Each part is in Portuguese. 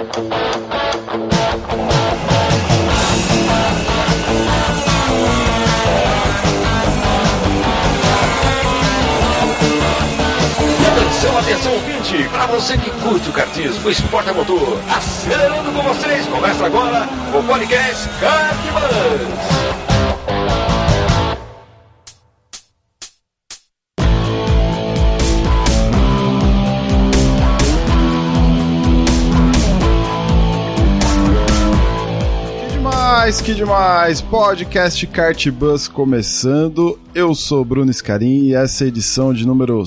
Atenção, ouvinte, para você que curte o kartismo, o esporte a motor, acelerando com vocês, começa agora o podcast Kartbus. Que demais, podcast Kartbus começando, eu sou Bruno Scarin e essa é a edição de número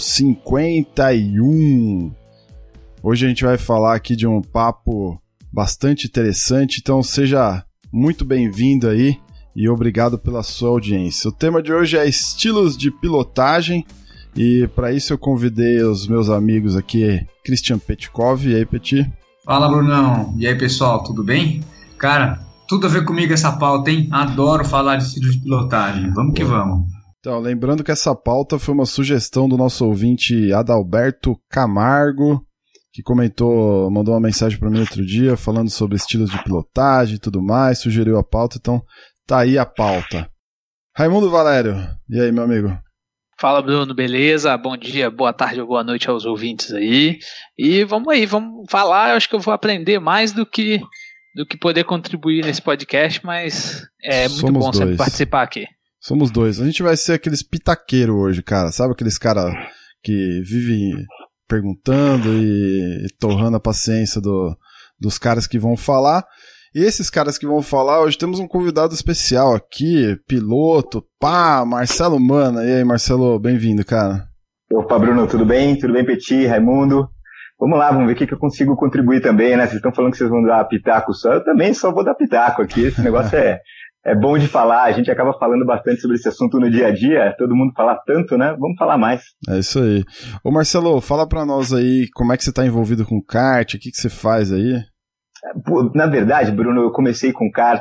51. Hoje a gente vai falar aqui de um papo bastante interessante, então seja muito bem-vindo aí e obrigado pela sua audiência. O tema de hoje é estilos de pilotagem e para isso eu convidei os meus amigos aqui, Christian Petkov. E aí, Peti? Fala, Brunão. E aí, pessoal, tudo bem? Cara, tudo a ver comigo essa pauta, hein? Adoro falar de estilo de pilotagem. Vamos que vamos. Então, lembrando que essa pauta foi uma sugestão do nosso ouvinte Adalberto Camargo, que mandou uma mensagem para mim outro dia falando sobre estilos de pilotagem e tudo mais, sugeriu a pauta, então tá aí a pauta. Raimundo Valério, e aí, meu amigo? Fala, Bruno, beleza? Bom dia, boa tarde ou boa noite aos ouvintes aí. E vamos falar, eu acho que eu vou aprender mais do que poder contribuir nesse podcast, mas é muito bom sempre participar aqui. Somos dois. A gente vai ser aqueles pitaqueiros hoje, cara. Sabe aqueles caras que vivem perguntando e torrando a paciência dos caras que vão falar. E esses caras que vão falar, hoje temos um convidado especial aqui, piloto, Marcelo Mana. E aí, Marcelo, bem-vindo, cara. Opa, Bruno, tudo bem? Tudo bem, Peti, Raimundo? Vamos lá, vamos ver o que eu consigo contribuir também, né? Vocês estão falando que vocês vão dar pitaco só, eu também só vou dar pitaco aqui. Esse negócio é bom de falar, a gente acaba falando bastante sobre esse assunto no dia a dia, todo mundo fala tanto, né? Vamos falar mais. É isso aí. Ô Marcelo, fala pra nós aí como é que você tá envolvido com kart, o que você faz aí? Na verdade, Bruno, eu comecei com kart,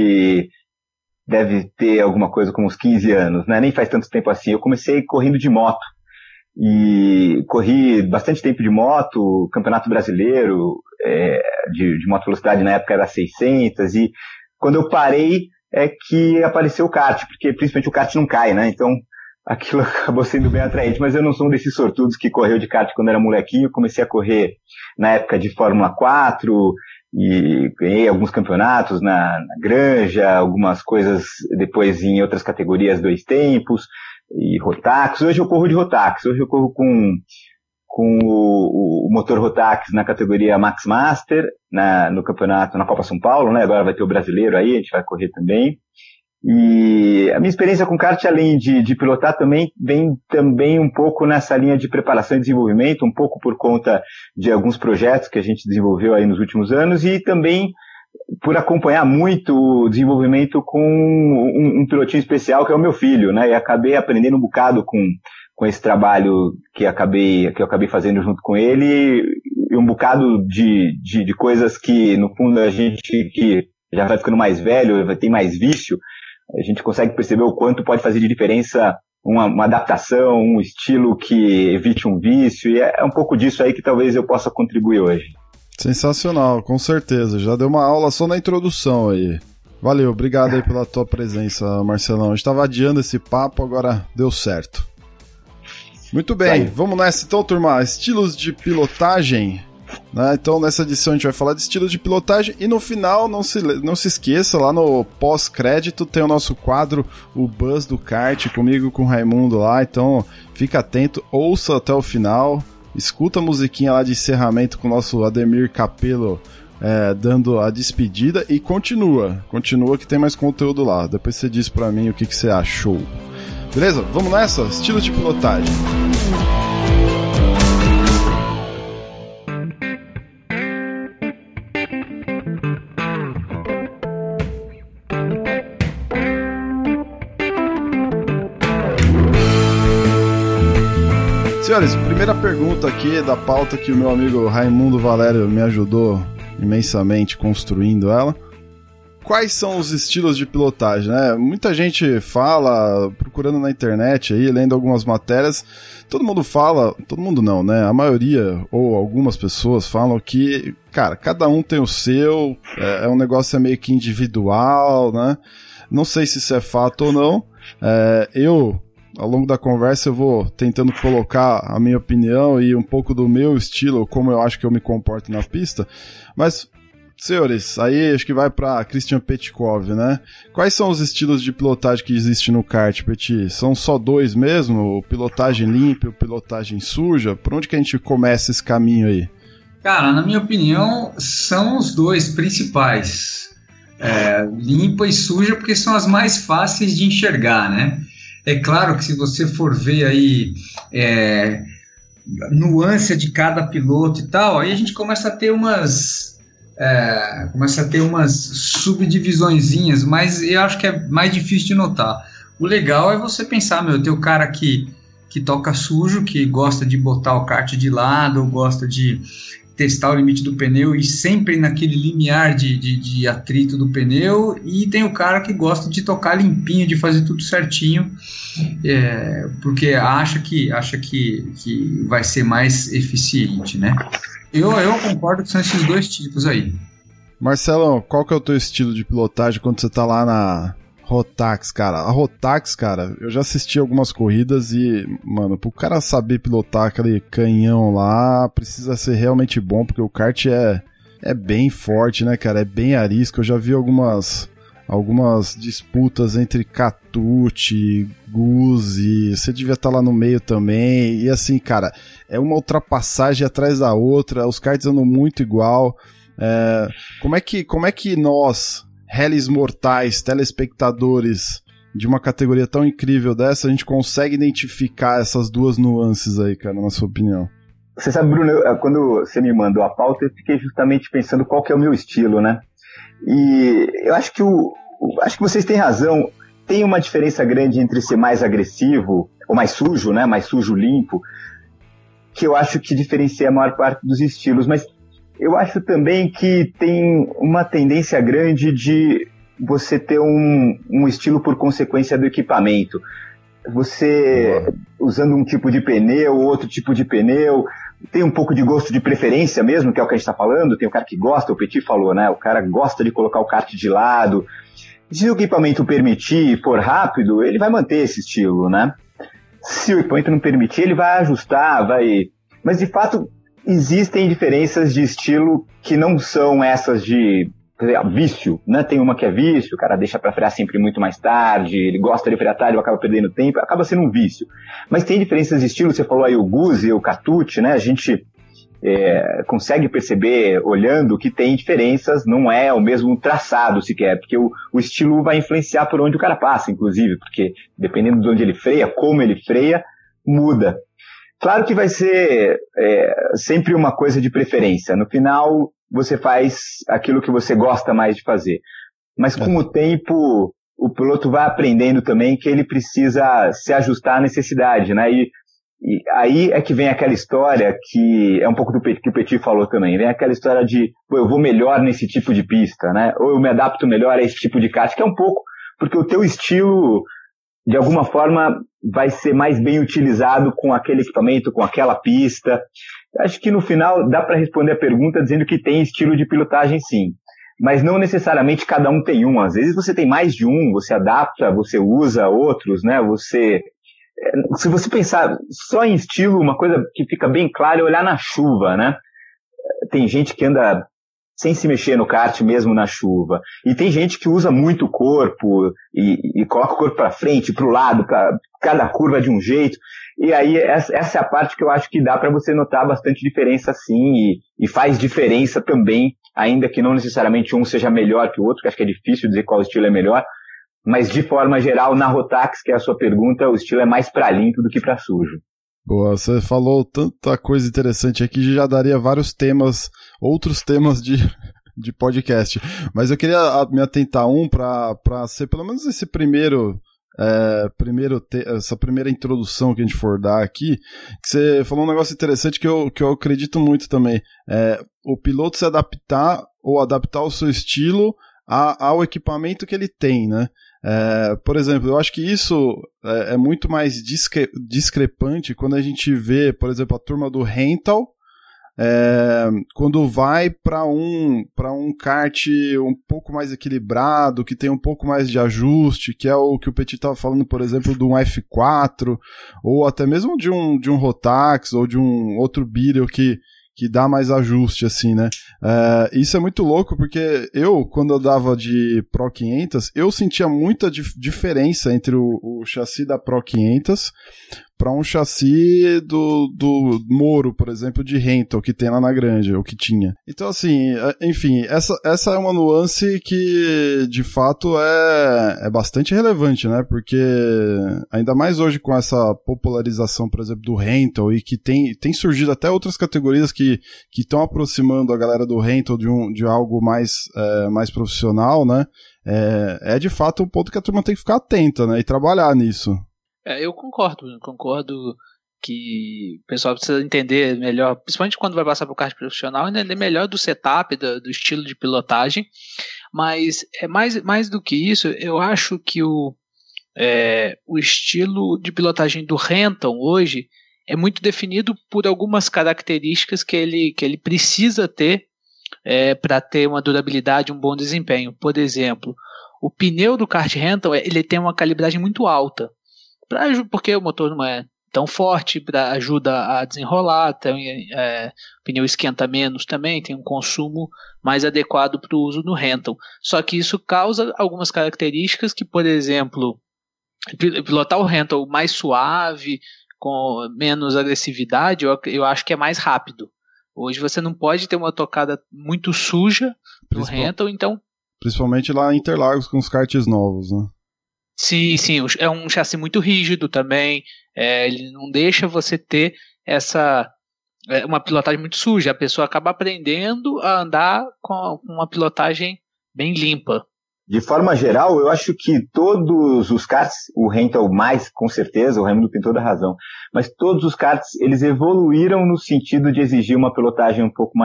deve ter alguma coisa como uns 15 anos, né? Nem faz tanto tempo assim. Eu comecei correndo de moto. E corri bastante tempo de moto, campeonato brasileiro, de moto velocidade na época era 600, e quando eu parei é que apareceu o kart, porque principalmente o kart não cai, né, então aquilo acabou sendo bem atraente, mas eu não sou um desses sortudos que correu de kart quando era molequinho. Comecei a correr na época de Fórmula 4 e ganhei alguns campeonatos na Granja, algumas coisas depois em outras categorias 2 tempos, e Rotax. Hoje eu corro de Rotax, hoje eu corro com o motor Rotax na categoria Max Master, no campeonato, na Copa São Paulo, né? Agora vai ter o brasileiro aí, a gente vai correr também. E a minha experiência com kart, além de pilotar, também vem também um pouco nessa linha de preparação e desenvolvimento, um pouco por conta de alguns projetos que a gente desenvolveu aí nos últimos anos, e também por acompanhar muito o desenvolvimento com um pilotinho especial que é o meu filho, né? E acabei aprendendo um bocado com esse trabalho que eu acabei fazendo junto com ele, e um bocado de coisas que, no fundo, a gente que já vai ficando mais velho, vai ter mais vício, a gente consegue perceber o quanto pode fazer de diferença uma adaptação, um estilo que evite um vício, e é um pouco disso aí que talvez eu possa contribuir hoje. Sensacional, com certeza. Já deu uma aula só na introdução aí. Valeu, obrigado aí pela tua presença, Marcelão. A gente estava adiando esse papo, agora deu certo. Muito bem, vamos nessa então, turma. Estilos de pilotagem. Né? Então, nessa edição a gente vai falar de estilos de pilotagem e no final, não se esqueça, lá no pós-crédito tem o nosso quadro, o Buzz do Kart, comigo, com o Raimundo lá. Então, fica atento, ouça até o final. Escuta a musiquinha lá de encerramento com o nosso Ademir Capello dando a despedida e continua que tem mais conteúdo lá. Depois você diz pra mim o que você achou. Beleza? Vamos nessa? Estilo de pilotagem. Senhores, primeira pergunta aqui da pauta que o meu amigo Raimundo Valério me ajudou imensamente construindo ela. quais são os estilos de pilotagem, né? Muita gente fala, procurando na internet aí, lendo algumas matérias, todo mundo não, né? A maioria, ou algumas pessoas falam que, cara, cada um tem o seu, é um negócio meio que individual, né? Não sei se isso é fato ou não. Ao longo da conversa eu vou tentando colocar a minha opinião e um pouco do meu estilo, como eu acho que eu me comporto na pista, mas, senhores, aí acho que vai para Christian Petkov, né? Quais são os estilos de pilotagem que existem no kart, Petit? São só dois mesmo? Pilotagem limpa, pilotagem suja? Por onde que a gente começa esse caminho aí? Cara, na minha opinião, são os dois principais. Limpa e suja, porque são as mais fáceis de enxergar, né? É claro que se você for ver aí nuance de cada piloto e tal, aí a gente começa a ter umas subdivisõezinhas, mas eu acho que é mais difícil de notar. O legal é você pensar, tem o cara que toca sujo, que gosta de botar o kart de lado, ou gosta de testar o limite do pneu e sempre naquele limiar de atrito do pneu, e tem o cara que gosta de tocar limpinho, de fazer tudo certinho, porque acha que vai ser mais eficiente, né? Eu concordo que são esses dois tipos aí. Marcelão, qual que é o teu estilo de pilotagem quando você tá lá na Rotax, cara? A Rotax, cara, eu já assisti algumas corridas e, mano, pro cara saber pilotar aquele canhão lá, precisa ser realmente bom, porque o kart é bem forte, né, cara? É bem arisco. Eu já vi algumas disputas entre Catute, Guzzi, você devia estar lá no meio também, e assim, cara, é uma ultrapassagem atrás da outra, os karts andam muito igual. Como é que nós, réis mortais, telespectadores de uma categoria tão incrível dessa, a gente consegue identificar essas duas nuances aí, cara, na sua opinião? Você sabe, Bruno, quando você me mandou a pauta, eu fiquei justamente pensando qual que é o meu estilo, né? E eu acho que vocês têm razão. Tem uma diferença grande entre ser mais agressivo ou mais sujo, né? Mais sujo, limpo, que eu acho que diferencia a maior parte dos estilos. Mas eu acho também que tem uma tendência grande de você ter um estilo por consequência do equipamento. Você usando um tipo de pneu, outro tipo de pneu, tem um pouco de gosto de preferência mesmo, que é o que a gente está falando. Tem o cara que gosta, o Petit falou, né? O cara gosta de colocar o kart de lado. Se o equipamento permitir e for rápido, ele vai manter esse estilo, né? Se o equipamento não permitir, ele vai ajustar, Mas, de fato, existem diferenças de estilo que não são essas de vício, né? Tem uma que é vício, o cara deixa pra frear sempre muito mais tarde, ele gosta de frear tarde, acaba perdendo tempo, acaba sendo um vício. Mas tem diferenças de estilo, você falou aí o Guzzi, o Catute, né? A gente consegue perceber, olhando, que tem diferenças, não é o mesmo traçado sequer, porque o estilo vai influenciar por onde o cara passa, inclusive, porque dependendo de onde ele freia, como ele freia, muda. Claro que vai ser sempre uma coisa de preferência. No final, você faz aquilo que você gosta mais de fazer. Mas com o tempo, o piloto vai aprendendo também que ele precisa se ajustar à necessidade, né? E aí é que vem aquela história que é um pouco do que o Petit falou também. Vem aquela história de, eu vou melhor nesse tipo de pista, né? Ou eu me adapto melhor a esse tipo de kart, que é um pouco porque o teu estilo, de alguma forma, vai ser mais bem utilizado com aquele equipamento, com aquela pista. Acho que no final dá para responder a pergunta dizendo que tem estilo de pilotagem sim, mas não necessariamente cada um tem um. Às vezes você tem mais de um, você adapta, você usa outros, né? Se você pensar só em estilo, uma coisa que fica bem clara é olhar na chuva, né? Tem gente que anda sem se mexer no kart mesmo na chuva. E tem gente que usa muito o corpo e coloca o corpo para frente, para o lado, para cada curva de um jeito. E aí essa é a parte que eu acho que dá para você notar bastante diferença sim, e faz diferença também, ainda que não necessariamente um seja melhor que o outro, que acho que é difícil dizer qual estilo é melhor, mas de forma geral, na Rotax, que é a sua pergunta, o estilo é mais para limpo do que para sujo. Boa, você falou tanta coisa interessante aqui, já daria vários temas, outros temas de podcast. Mas eu queria me atentar para ser pelo menos esse essa primeira introdução que a gente for dar aqui, que você falou um negócio interessante que eu acredito muito também. O piloto se adaptar ou adaptar o seu estilo ao equipamento que ele tem, né? Por exemplo, eu acho que isso é muito mais discrepante quando a gente vê, por exemplo, a turma do rental, quando vai para um kart um pouco mais equilibrado, que tem um pouco mais de ajuste, que é o que o Petit estava falando, por exemplo, de um F4, ou até mesmo de um Rotax, ou de um outro Beetle que dá mais ajuste, assim, né? Isso é muito louco, porque quando eu dava de Pro 500, eu sentia muita diferença entre o chassi da Pro 500 para um chassi do Moro, por exemplo, de rental, que tem lá na Grande, ou que tinha. Então, assim, enfim, essa é uma nuance que, de fato, é bastante relevante, né? Porque, ainda mais hoje com essa popularização, por exemplo, do rental, e que tem surgido até outras categorias que estão aproximando a galera do rental de algo mais profissional, né? De fato um ponto que a turma tem que ficar atenta, né? E trabalhar nisso. Eu concordo que o pessoal precisa entender melhor, principalmente quando vai passar para o kart profissional, entender melhor do setup, do estilo de pilotagem, mas mais do que isso, eu acho que o estilo de pilotagem do rental hoje é muito definido por algumas características que ele precisa ter para ter uma durabilidade, um bom desempenho. Por exemplo, o pneu do kart rental ele tem uma calibragem muito alta, porque o motor não é tão forte, ajuda a desenrolar, o pneu esquenta menos também, tem um consumo mais adequado para o uso no rental. Só que isso causa algumas características que, por exemplo, pilotar o rental mais suave, com menos agressividade, eu acho que é mais rápido. Hoje você não pode ter uma tocada muito suja no rental, então... Principalmente lá em Interlagos com os karts novos, né? Sim, é um chassi muito rígido também, ele não deixa você ter uma pilotagem muito suja, a pessoa acaba aprendendo a andar com uma pilotagem bem limpa. De forma geral, eu acho que todos os karts, o rental mais, com certeza, o Raimundo tem toda a razão, mas todos os karts, eles evoluíram no sentido de exigir uma pilotagem um pouco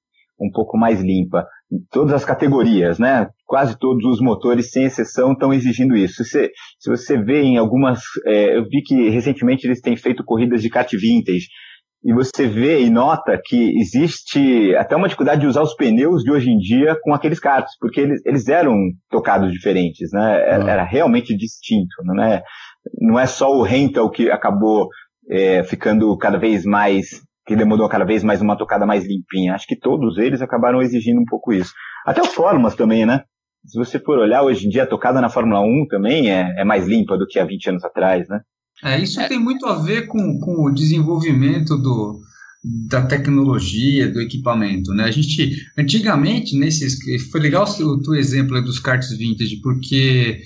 mais limpa. Todas as categorias, né? Quase todos os motores, sem exceção, estão exigindo isso. Se você vê em algumas... eu vi que recentemente eles têm feito corridas de kart vintage, e você vê e nota que existe até uma dificuldade de usar os pneus de hoje em dia com aqueles karts, porque eles eram tocados diferentes, né? Era realmente distinto, né? Não é só o rental que acabou ficando cada vez mais... que demandou cada vez mais uma tocada mais limpinha. Acho que todos eles acabaram exigindo um pouco isso. Até o Fórmulas também, né? Se você for olhar, hoje em dia a tocada na Fórmula 1 também é mais limpa do que há 20 anos atrás, né? Isso tem muito a ver com o desenvolvimento da tecnologia, do equipamento, né? A gente, antigamente, foi legal o teu exemplo dos karts vintage, porque...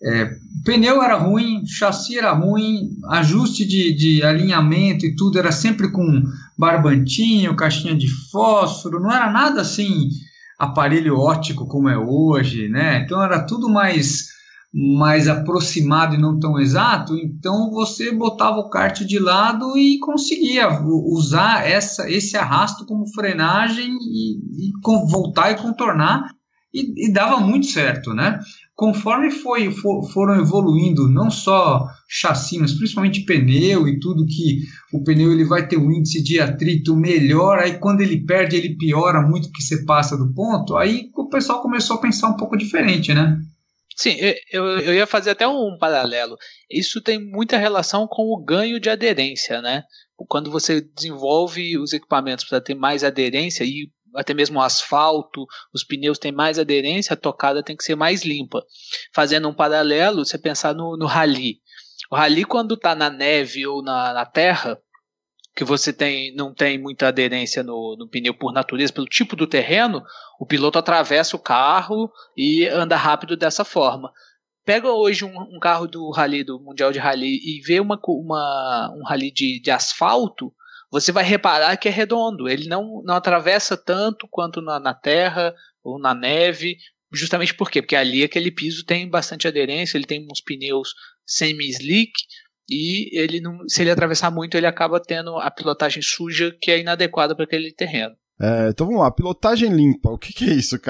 pneu era ruim, chassi era ruim, ajuste de alinhamento e tudo era sempre com barbantinho, caixinha de fósforo, não era nada assim aparelho óptico como é hoje, né? Então era tudo mais aproximado e não tão exato, então você botava o kart de lado e conseguia usar esse arrasto como frenagem e voltar e contornar e dava muito certo, né? Conforme foram evoluindo não só chassi, mas principalmente pneu e tudo, que o pneu ele vai ter um índice de atrito melhor, aí quando ele perde ele piora muito porque você passa do ponto, aí o pessoal começou a pensar um pouco diferente, né? Sim, eu ia fazer até um paralelo. Isso tem muita relação com o ganho de aderência, né? Quando você desenvolve os equipamentos para ter mais aderência e até mesmo o asfalto, os pneus têm mais aderência, a tocada tem que ser mais limpa. Fazendo um paralelo, você pensar no rally. O rally, quando está na neve ou na terra, que você não tem muita aderência no pneu por natureza, pelo tipo do terreno, o piloto atravessa o carro e anda rápido dessa forma. Pega hoje um carro do rally, do Mundial de Rally, e vê um rally de asfalto, você vai reparar que é redondo, ele não atravessa tanto quanto na terra ou na neve, justamente por quê? Porque ali aquele piso tem bastante aderência, ele tem uns pneus semi-slick, e se ele atravessar muito, ele acaba tendo a pilotagem suja, que é inadequada para aquele terreno. Então vamos lá, pilotagem limpa, o que é isso, cara?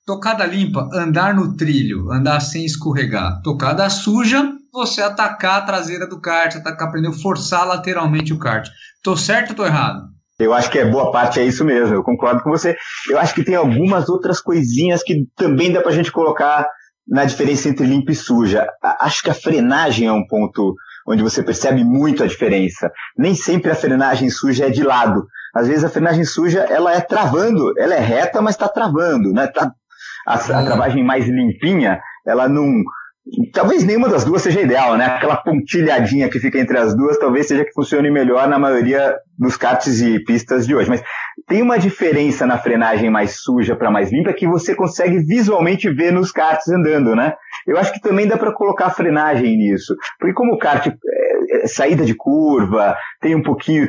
Tocada limpa, andar no trilho, andar sem escorregar. Tocada suja, você atacar a traseira do kart, atacar pneu, forçar lateralmente o kart. Tô certo ou tô errado? Eu acho que boa parte é isso mesmo, eu concordo com você. Eu acho que tem algumas outras coisinhas que também dá pra gente colocar na diferença entre limpa e suja. Acho que a frenagem é um ponto onde você percebe muito a diferença. Nem sempre a frenagem suja é de lado. Às vezes a frenagem suja, ela é travando, ela é reta, mas está travando, né? A travagem mais limpinha, ela não... Talvez nenhuma das duas seja ideal, né? Aquela pontilhadinha que fica entre as duas, talvez seja que funcione melhor na maioria dos karts e pistas de hoje. Mas tem uma diferença na frenagem mais suja para mais limpa que você consegue visualmente ver nos karts andando, né? Eu acho que também dá para colocar a frenagem nisso. Porque como o kart saída de curva, tem um pouquinho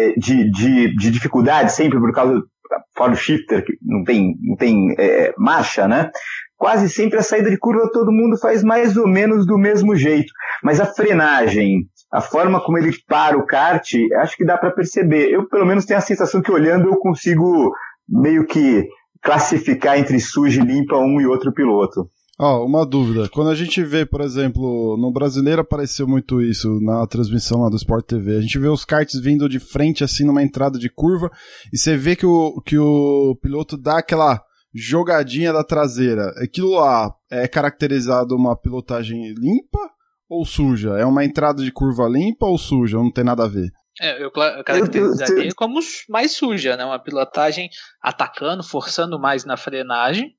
de dificuldade sempre por causa do fora shifter, que não tem marcha, né? Quase sempre a saída de curva todo mundo faz mais ou menos do mesmo jeito. Mas a frenagem, a forma como ele para o kart, acho que dá para perceber. Eu, pelo menos, tenho a sensação que olhando eu consigo meio que classificar entre suja e limpa um e outro piloto. Uma dúvida. Quando a gente vê, por exemplo, no Brasileiro apareceu muito isso na transmissão lá do Sport TV. A gente vê os karts vindo de frente, assim, numa entrada de curva, e você vê que o piloto dá aquela jogadinha da traseira. Aquilo lá é caracterizado uma pilotagem limpa ou suja? É uma entrada de curva limpa ou suja? Não tem nada a ver. Eu caracterizaria como mais suja, né? Uma pilotagem atacando, forçando mais na frenagem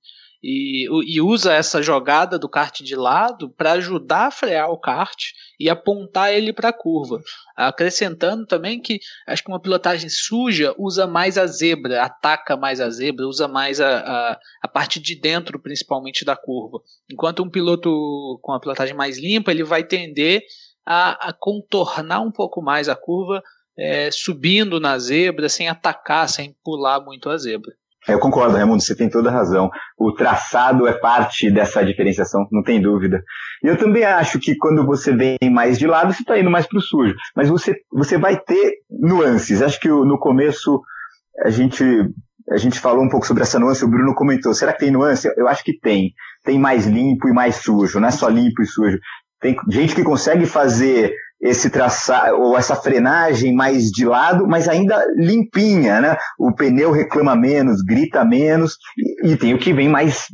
e usa essa jogada do kart de lado para ajudar a frear o kart e apontar ele para a curva. Acrescentando também que acho que uma pilotagem suja usa mais a zebra, ataca mais a zebra, usa mais a parte de dentro, principalmente da curva. Enquanto um piloto com a pilotagem mais limpa, ele vai tender a contornar um pouco mais a curva, subindo na zebra, sem atacar, sem pular muito a zebra. Eu concordo, Raimundo, você tem toda a razão. O traçado é parte dessa diferenciação, não tem dúvida. E eu também acho que quando você vem mais de lado, você está indo mais para o sujo. Mas você vai ter nuances. Acho que no começo a gente falou um pouco sobre essa nuance, o Bruno comentou. Será que tem nuance? Eu acho que tem. Tem mais limpo e mais sujo, não é só limpo e sujo. Tem gente que consegue fazer esse traçar, ou essa frenagem mais de lado, mas ainda limpinha, né? O pneu reclama menos, grita menos, e tem o que vem mais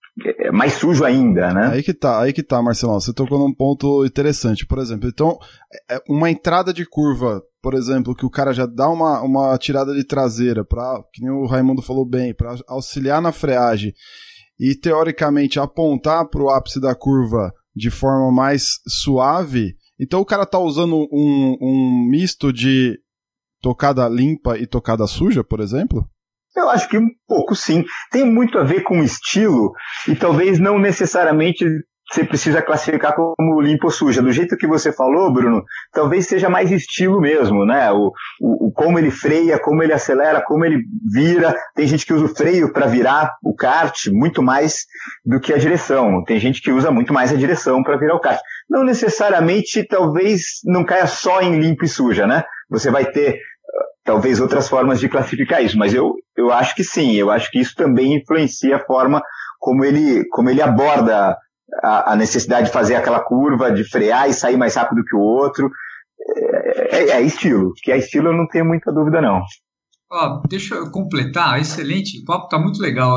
sujo ainda, né? Aí que tá, Marcelão, você tocou num ponto interessante, por exemplo, então, uma entrada de curva, por exemplo, que o cara já dá uma tirada de traseira, que nem o Raimundo falou bem, para auxiliar na freagem, e teoricamente apontar para o ápice da curva de forma mais suave. Então o cara tá usando um misto de tocada limpa e tocada suja, por exemplo? Eu acho que um pouco sim. Tem muito a ver com o estilo e talvez não necessariamente você precisa classificar como limpa ou suja. Do jeito que você falou, Bruno, talvez seja mais estilo mesmo, né? O como ele freia, como ele acelera, como ele vira. Tem gente que usa o freio para virar o kart muito mais do que a direção. Tem gente que usa muito mais a direção para virar o kart. Não necessariamente, talvez não caia só em limpa e suja, né? Você vai ter talvez outras formas de classificar isso, mas eu acho que sim. Eu acho que isso também influencia a forma como ele aborda a necessidade de fazer aquela curva, de frear e sair mais rápido que o outro. É estilo. Que é estilo, eu não tenho muita dúvida, não. Deixa eu completar. Excelente. O papo está muito legal.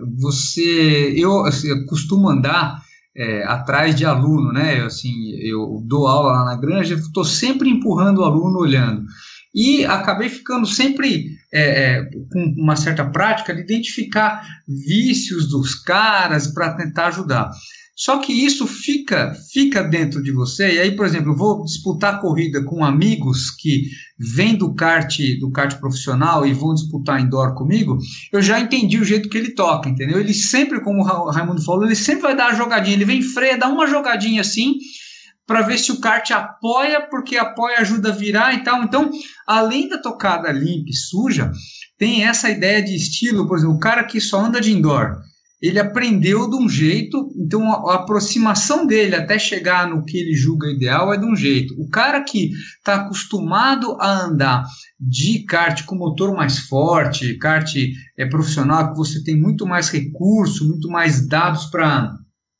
Eu costumo andar atrás de aluno, né? Eu dou aula lá na Granja, estou sempre empurrando o aluno, olhando. E acabei ficando sempre com uma certa prática de identificar vícios dos caras para tentar ajudar. Só que isso fica dentro de você, e aí, por exemplo, eu vou disputar corrida com amigos que vêm do kart profissional e vão disputar indoor comigo, eu já entendi o jeito que ele toca, entendeu? Ele sempre, como o Raimundo falou, ele sempre vai dar a jogadinha, ele vem freia, dá uma jogadinha assim, para ver se o kart apoia, porque apoia ajuda a virar e tal. Então, além da tocada limpa e suja, tem essa ideia de estilo, por exemplo, o cara que só anda de indoor, ele aprendeu de um jeito, então a aproximação dele até chegar no que ele julga ideal é de um jeito. O cara que está acostumado a andar de kart com motor mais forte, kart profissional, que você tem muito mais recurso, muito mais dados para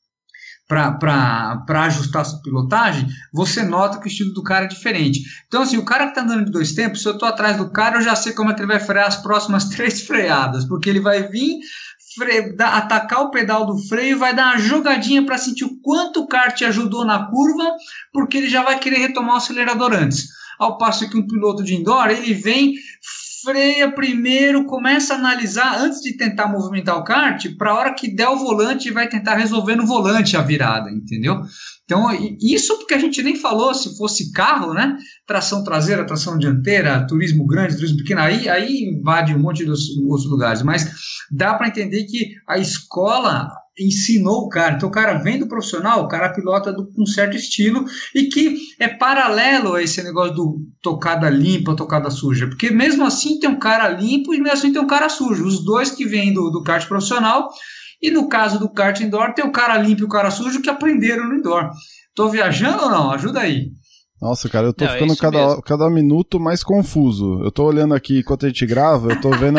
ajustar a sua pilotagem, você nota que o estilo do cara é diferente. Então, assim, o cara que está andando de 2 tempos, se eu estou atrás do cara, eu já sei como é que ele vai frear as próximas 3 freadas, porque ele vai vir atacar o pedal do freio, vai dar uma jogadinha para sentir o quanto o kart ajudou na curva, porque ele já vai querer retomar o acelerador antes. Ao passo que um piloto de indoor, ele vem, freia primeiro, começa a analisar antes de tentar movimentar o kart, para a hora que der o volante, vai tentar resolver no volante a virada, entendeu? Então, isso porque a gente nem falou, se fosse carro, né? Tração traseira, tração dianteira, turismo grande, turismo pequeno, aí invade um monte de outros lugares, mas dá para entender que a escola ensinou o cara. Então o cara vem do profissional, o cara pilota com um certo estilo e que é paralelo a esse negócio do tocada limpa, tocada suja, porque mesmo assim tem um cara limpo e mesmo assim tem um cara sujo, os dois que vêm do kart profissional, e no caso do kart indoor tem o cara limpo e o cara sujo que aprenderam no indoor. Tô viajando ou não? Ajuda aí. Nossa, cara, eu tô ficando cada minuto mais confuso. Eu tô olhando aqui enquanto a gente grava, eu tô vendo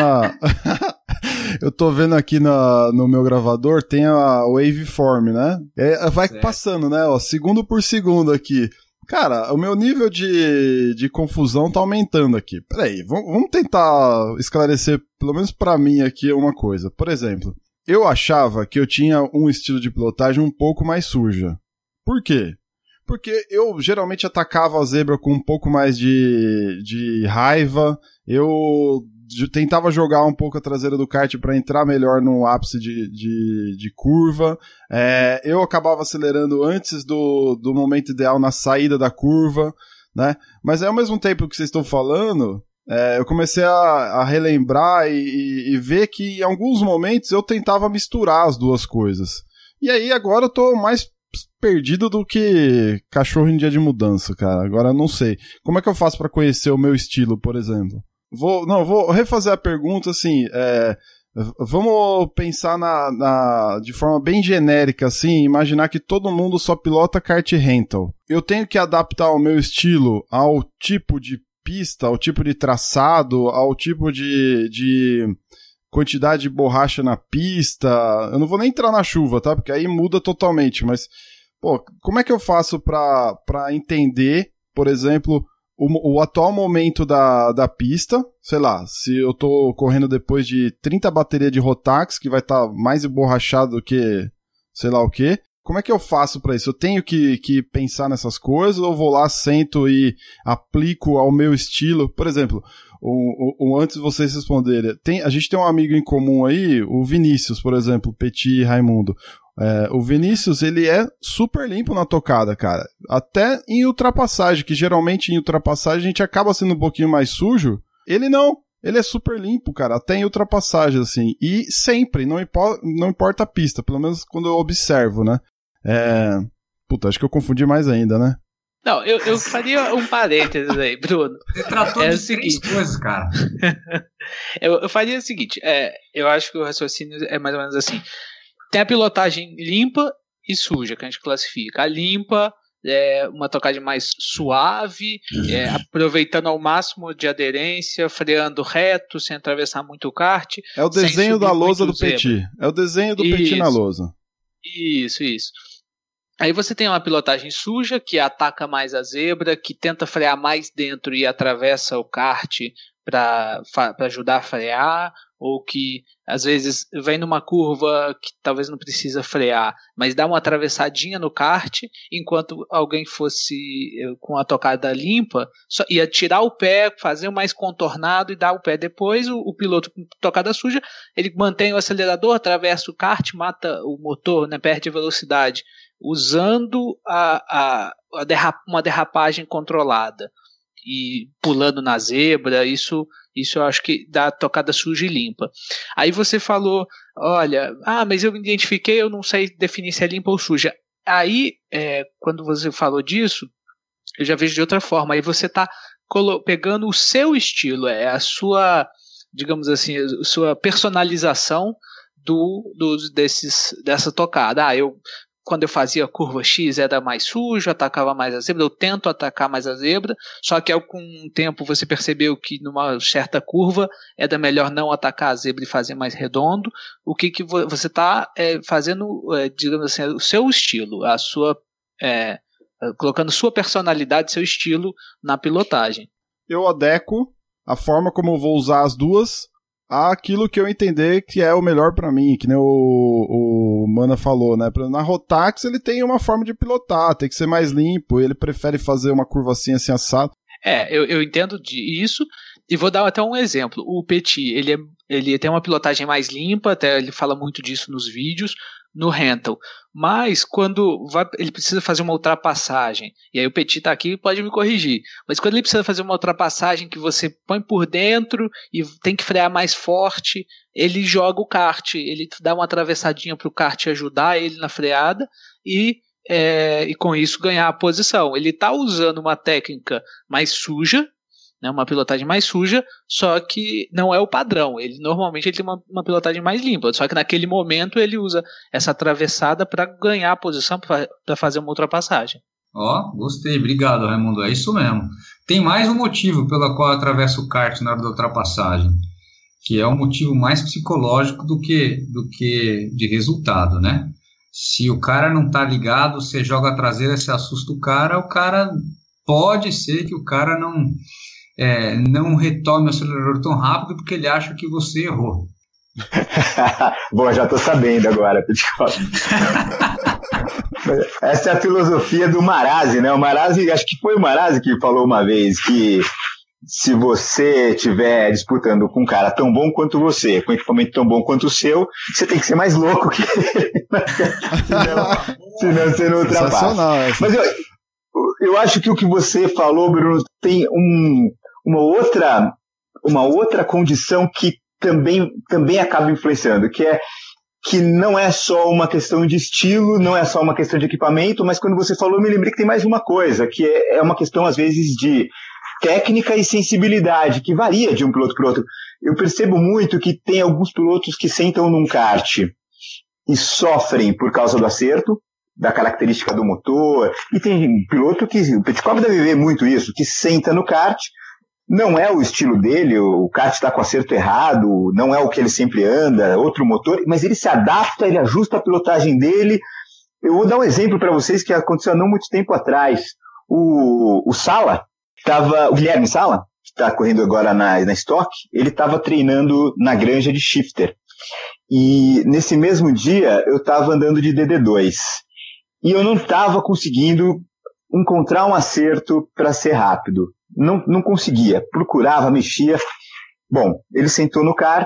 eu tô vendo aqui no meu gravador, tem a waveform, né? Vai certo. Passando, né? Ó, segundo por segundo aqui. Cara, o meu nível de confusão tá aumentando aqui. Peraí, vamos tentar esclarecer, pelo menos pra mim aqui, uma coisa. Por exemplo, eu achava que eu tinha um estilo de pilotagem um pouco mais suja. Por quê? Porque eu geralmente atacava a zebra com um pouco mais de raiva, eu tentava jogar um pouco a traseira do kart para entrar melhor no ápice de curva, eu acabava acelerando antes do momento ideal na saída da curva, né? Mas ao mesmo tempo que vocês estão falando, eu comecei a relembrar e ver que em alguns momentos eu tentava misturar as duas coisas. E aí agora eu tô mais perdido do que cachorro em dia de mudança, cara. Agora eu não sei. Como é que eu faço pra conhecer o meu estilo, por exemplo? Vou refazer a pergunta, assim, vamos pensar de forma bem genérica, assim, imaginar que todo mundo só pilota kart rental. Eu tenho que adaptar o meu estilo ao tipo de pista, ao tipo de traçado, ao tipo de quantidade de borracha na pista. Eu não vou nem entrar na chuva, tá? Porque aí muda totalmente, mas, pô, como é que eu faço pra entender, por exemplo, o atual momento da pista, sei lá, se eu tô correndo depois de 30 baterias de Rotax, que vai estar mais emborrachado do que sei lá o quê, como é que eu faço pra isso? Eu tenho que pensar nessas coisas ou vou lá, sento e aplico ao meu estilo? Por exemplo, antes de vocês responderem, a gente tem um amigo em comum aí, o Vinícius, por exemplo, Petit e Raimundo. O Vinícius, ele é super limpo na tocada, cara. Até em ultrapassagem, que geralmente em ultrapassagem a gente acaba sendo um pouquinho mais sujo. Ele não. Ele é super limpo, cara, até em ultrapassagem, assim. E sempre, não importa a pista, pelo menos quando eu observo, né? Puta, acho que eu confundi mais ainda, né? Não, eu faria um parênteses aí, Bruno. Você tratou de 3 coisas, cara. Eu faria o seguinte, eu acho que o raciocínio é mais ou menos assim. Tem a pilotagem limpa e suja, que a gente classifica. A limpa é uma tocagem mais suave, aproveitando ao máximo de aderência, freando reto, sem atravessar muito o kart. É o desenho da lousa do Petit. É o desenho do Petit na lousa. Isso. Aí você tem uma pilotagem suja, que ataca mais a zebra, que tenta frear mais dentro e atravessa o kart para ajudar a frear, ou que às vezes vem numa curva que talvez não precisa frear, mas dá uma atravessadinha no kart, enquanto alguém fosse com a tocada limpa, só ia tirar o pé, fazer o mais contornado e dar o pé. Depois o piloto com tocada suja, ele mantém o acelerador, atravessa o kart, mata o motor, né, perde velocidade, usando uma derrapagem controlada e pulando na zebra. Isso eu acho que dá tocada suja e limpa. Aí você falou, olha, mas eu me identifiquei, eu não sei definir se é limpa ou suja. Aí, quando você falou disso, eu já vejo de outra forma. Aí você está pegando o seu estilo, a sua, digamos assim, a sua personalização dessa tocada. Quando eu fazia curva X era mais sujo, atacava mais a zebra, eu tento atacar mais a zebra, só que com o tempo você percebeu que numa certa curva era melhor não atacar a zebra e fazer mais redondo. O que você está fazendo, digamos assim, o seu estilo, colocando sua personalidade, seu estilo na pilotagem. Eu adequo a forma como eu vou usar as duas àquilo que eu entender que é o melhor pra mim, que nem o Mana falou, né? Na Rotax ele tem uma forma de pilotar, tem que ser mais limpo, ele prefere fazer uma curva assim assado. Eu entendo disso, e vou dar até um exemplo. O Petit, ele tem uma pilotagem mais limpa, até ele fala muito disso nos vídeos, no rental, mas quando ele precisa fazer uma ultrapassagem, e aí o Petit tá aqui, pode me corrigir, mas quando ele precisa fazer uma ultrapassagem que você põe por dentro e tem que frear mais forte, ele joga o kart, ele dá uma atravessadinha pro kart ajudar ele na freada e com isso ganhar a posição. Ele tá usando uma técnica mais suja, né, uma pilotagem mais suja, só que não é o padrão. Normalmente ele tem uma pilotagem mais limpa, só que naquele momento ele usa essa atravessada para ganhar a posição, para fazer uma ultrapassagem. Gostei, obrigado, Raimundo, é isso mesmo. Tem mais um motivo pelo qual atravessa o kart na hora da ultrapassagem, que é um motivo mais psicológico do que de resultado, né? Se o cara não tá ligado, você joga a traseira, você assusta o cara pode ser que o cara não retome o acelerador tão rápido porque ele acha que você errou. Bom, já tô sabendo agora. Essa é a filosofia do Marazzi, né? O Marazzi, acho que foi o Marazzi que falou uma vez que se você estiver disputando com um cara tão bom quanto você, com equipamento tão bom quanto o seu, você tem que ser mais louco que ele. Senão você não ultrapassa. Mas eu acho que o que você falou, Bruno, tem uma outra condição que também acaba influenciando, que não é só uma questão de estilo, não é só uma questão de equipamento, mas quando você falou, eu me lembrei que tem mais uma coisa, que é uma questão, às vezes, de técnica e sensibilidade, que varia de um piloto para o outro. Eu percebo muito que tem alguns pilotos que sentam num kart e sofrem por causa do acerto, da característica do motor, e tem piloto que, o Petkov deve ver muito isso, que senta no kart, não é o estilo dele, o kart está com acerto errado, não é o que ele sempre anda, outro motor, mas ele se adapta, ele ajusta a pilotagem dele. Eu vou dar um exemplo para vocês que aconteceu há não muito tempo atrás. O Guilherme Sala, que está correndo agora na Stock, ele estava treinando na granja de shifter. E nesse mesmo dia eu estava andando de DD2. E eu não estava conseguindo encontrar um acerto para ser rápido. Não conseguia. Procurava, mexia. Bom, ele sentou no kart,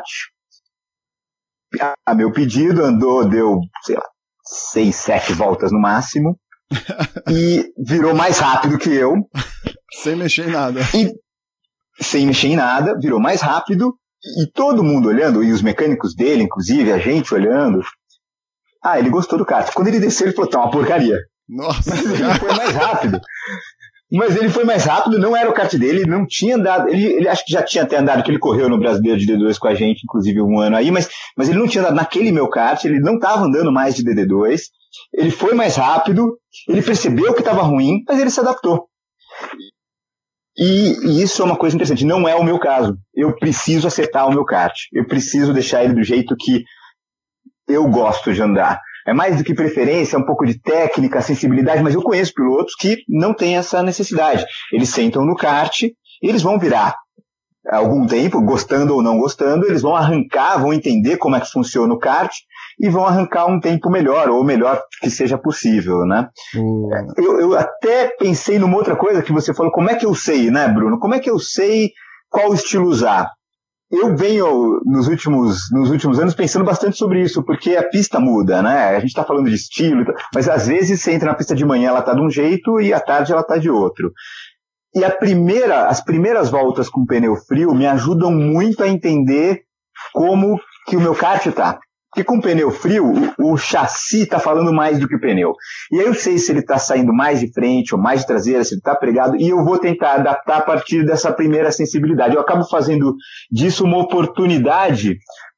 a meu pedido, andou, deu, 6, 7 voltas no máximo, e virou mais rápido que eu. Sem mexer em nada. Sem mexer em nada, virou mais rápido, e todo mundo olhando, e os mecânicos dele, inclusive, a gente olhando. Ele gostou do kart. Quando ele desceu, ele falou, tá uma porcaria. Nossa. Mas ele foi mais rápido. Mas ele foi mais rápido, não era o kart dele, ele não tinha andado, ele acho que já tinha até andado, que ele correu no Brasileiro de D2 com a gente, inclusive um ano aí, mas ele não tinha andado naquele meu kart, ele não estava andando mais de DD2, ele foi mais rápido, ele percebeu que estava ruim, mas ele se adaptou. E isso é uma coisa interessante, não é o meu caso, eu preciso acertar o meu kart, eu preciso deixar ele do jeito que eu gosto de andar. É mais do que preferência, é um pouco de técnica, sensibilidade, mas eu conheço pilotos que não têm essa necessidade. Eles sentam no kart e eles vão virar algum tempo, gostando ou não gostando, eles vão arrancar, vão entender como é que funciona o kart e vão arrancar um tempo melhor, ou melhor que seja possível, né? Eu até pensei numa outra coisa que você falou, como é que eu sei, né, Bruno? Como é que eu sei qual estilo usar? Eu venho, nos últimos anos, pensando bastante sobre isso, porque a pista muda, né? A gente está falando de estilo, mas às vezes você entra na pista de manhã, ela está de um jeito, e à tarde ela está de outro. E as primeiras voltas com pneu frio me ajudam muito a entender como que o meu kart está. Porque com pneu frio, o chassi está falando mais do que o pneu. E aí eu sei se ele está saindo mais de frente ou mais de traseira, se ele está pregado, e eu vou tentar adaptar a partir dessa primeira sensibilidade. Eu acabo fazendo disso uma oportunidade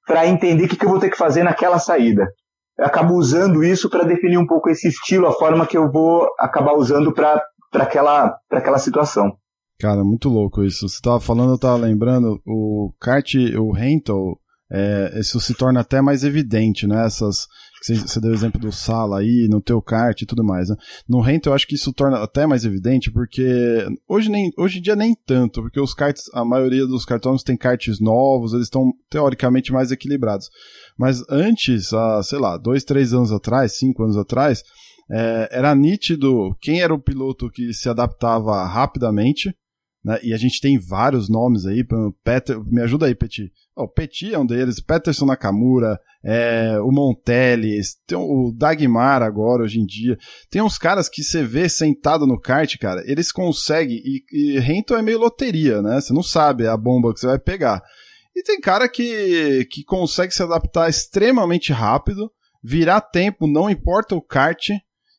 para entender o que eu vou ter que fazer naquela saída. Eu acabo usando isso para definir um pouco esse estilo, a forma que eu vou acabar usando para aquela situação. Cara, muito louco isso. Você tava falando, eu tava lembrando, o kart, o rental, isso se torna até mais evidente, né? Você deu o exemplo do Sala aí, no teu kart e tudo mais, né? No rental eu acho que isso torna até mais evidente, porque hoje em dia nem tanto, porque os karts, a maioria dos cartões tem karts novos, eles estão teoricamente mais equilibrados. Mas antes, sei lá, 2, 3 anos atrás, 5 anos atrás, era nítido quem era o piloto que se adaptava rapidamente, né? E a gente tem vários nomes aí, me ajuda aí, Petit. O Petit é um deles, Peterson Nakamura, o Montelli, tem o Dagmar agora, hoje em dia. Tem uns caras que você vê sentado no kart, cara, eles conseguem, e rental é meio loteria, né? Você não sabe a bomba que você vai pegar. E tem cara que consegue se adaptar extremamente rápido, virar tempo, não importa o kart,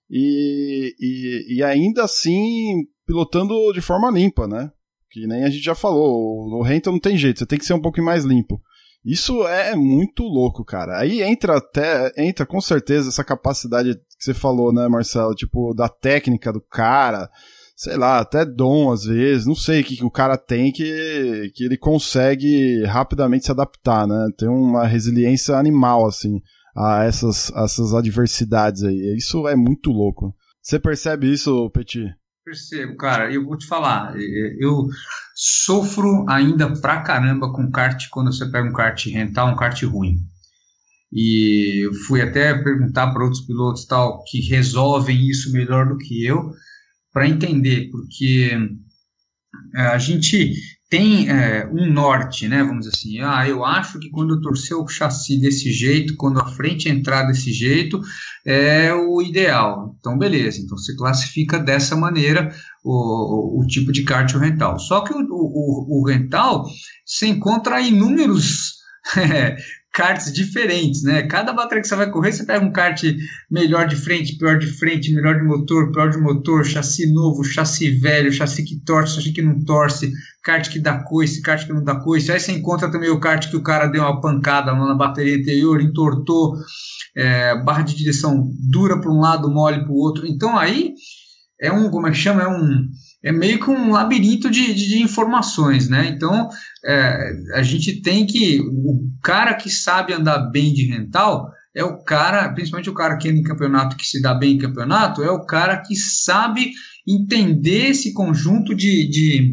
e ainda assim pilotando de forma limpa, né? Que nem a gente já falou, no rental não tem jeito, você tem que ser um pouquinho mais limpo. Isso é muito louco, cara. Aí entra com certeza essa capacidade que você falou, né, Marcelo? Tipo, da técnica do cara, sei lá, até dom às vezes, não sei o que o cara tem que ele consegue rapidamente se adaptar, né? Tem uma resiliência animal, assim, a essas adversidades aí. Isso é muito louco. Você percebe isso, Petit? Percebo, cara, eu vou te falar, eu sofro ainda pra caramba com kart quando você pega um kart rental, um kart ruim. E eu fui até perguntar para outros pilotos tal que resolvem isso melhor do que eu, para entender, porque a gente tem um norte, né, vamos dizer assim, eu acho que quando eu torcer o chassi desse jeito, quando a frente entrar desse jeito, é o ideal. Então, beleza, então você classifica dessa maneira o tipo de kart rental. Só que o rental, você encontra inúmeros karts diferentes, né? Cada bateria que você vai correr, você pega um kart melhor de frente, melhor de motor, pior de motor, chassi novo, chassi velho, chassi que torce, chassi que não torce, kart que dá coice, kart que não dá coice. Aí você encontra também o kart que o cara deu uma pancada na bateria anterior, entortou, barra de direção dura para um lado, mole para o outro. Então aí como é que chama? É meio que um labirinto de informações, né? Então, a gente tem que... O cara que sabe andar bem de rental é o cara, principalmente o cara que anda em campeonato, que se dá bem em campeonato, é o cara que sabe entender esse conjunto de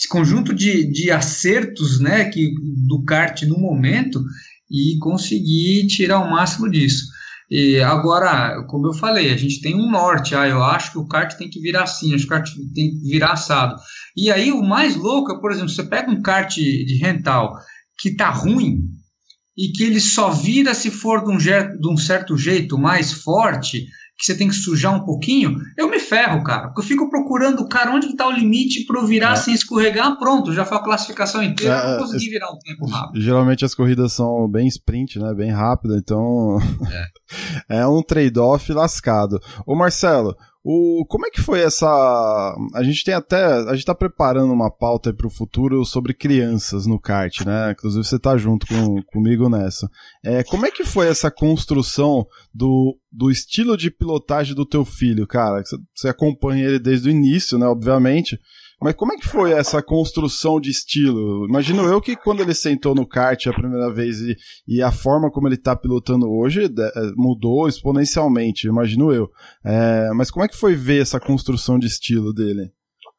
acertos, né, do kart no momento e conseguir tirar o máximo disso. E agora, como eu falei, a gente tem um norte, eu acho que o kart tem que virar assim, acho que o kart tem que virar assado. E aí o mais louco é, por exemplo, você pega um kart de rental que tá ruim e que ele só vira se for de um certo jeito mais forte, que você tem que sujar um pouquinho, eu me ferro, cara, porque eu fico procurando, cara, onde que tá o limite para eu virar sem escorregar, pronto, já foi a classificação inteira, eu não consegui virar um tempo rápido. Geralmente as corridas são bem sprint, né, bem rápida, então é um trade-off lascado. Ô Marcelo, como é que foi essa... A gente tá preparando uma pauta aí pro futuro sobre crianças no kart, né? Inclusive você tá junto comigo nessa. Como é que foi essa construção do estilo de pilotagem do teu filho, cara? Você acompanha ele desde o início, né? Obviamente. Mas como é que foi essa construção de estilo? Imagino eu que quando ele sentou no kart a primeira vez e a forma como ele tá pilotando hoje mudou exponencialmente, imagino eu. Mas como é que foi ver essa construção de estilo dele?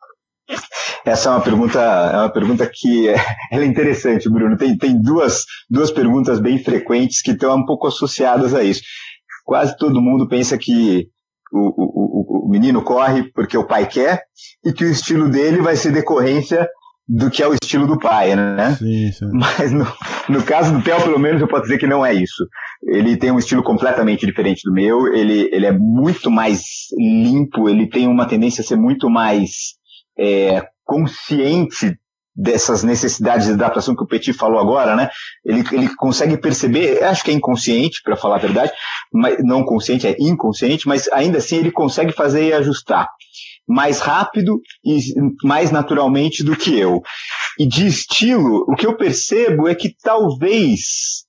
Essa é uma pergunta que ela é interessante, Bruno. Tem duas perguntas bem frequentes que estão um pouco associadas a isso. Quase todo mundo pensa que o menino corre porque o pai quer e que o estilo dele vai ser decorrência do que é o estilo do pai, né? Sim. Mas no caso do Theo, pelo menos eu posso dizer que não é isso. Ele tem um estilo completamente diferente do meu, ele é muito mais limpo, ele tem uma tendência a ser muito mais consciente dessas necessidades de adaptação que o Petit falou agora, né? Ele consegue perceber, acho que é inconsciente, para falar a verdade, mas não consciente, é inconsciente, mas ainda assim ele consegue fazer e ajustar mais rápido e mais naturalmente do que eu. E de estilo, o que eu percebo é que talvez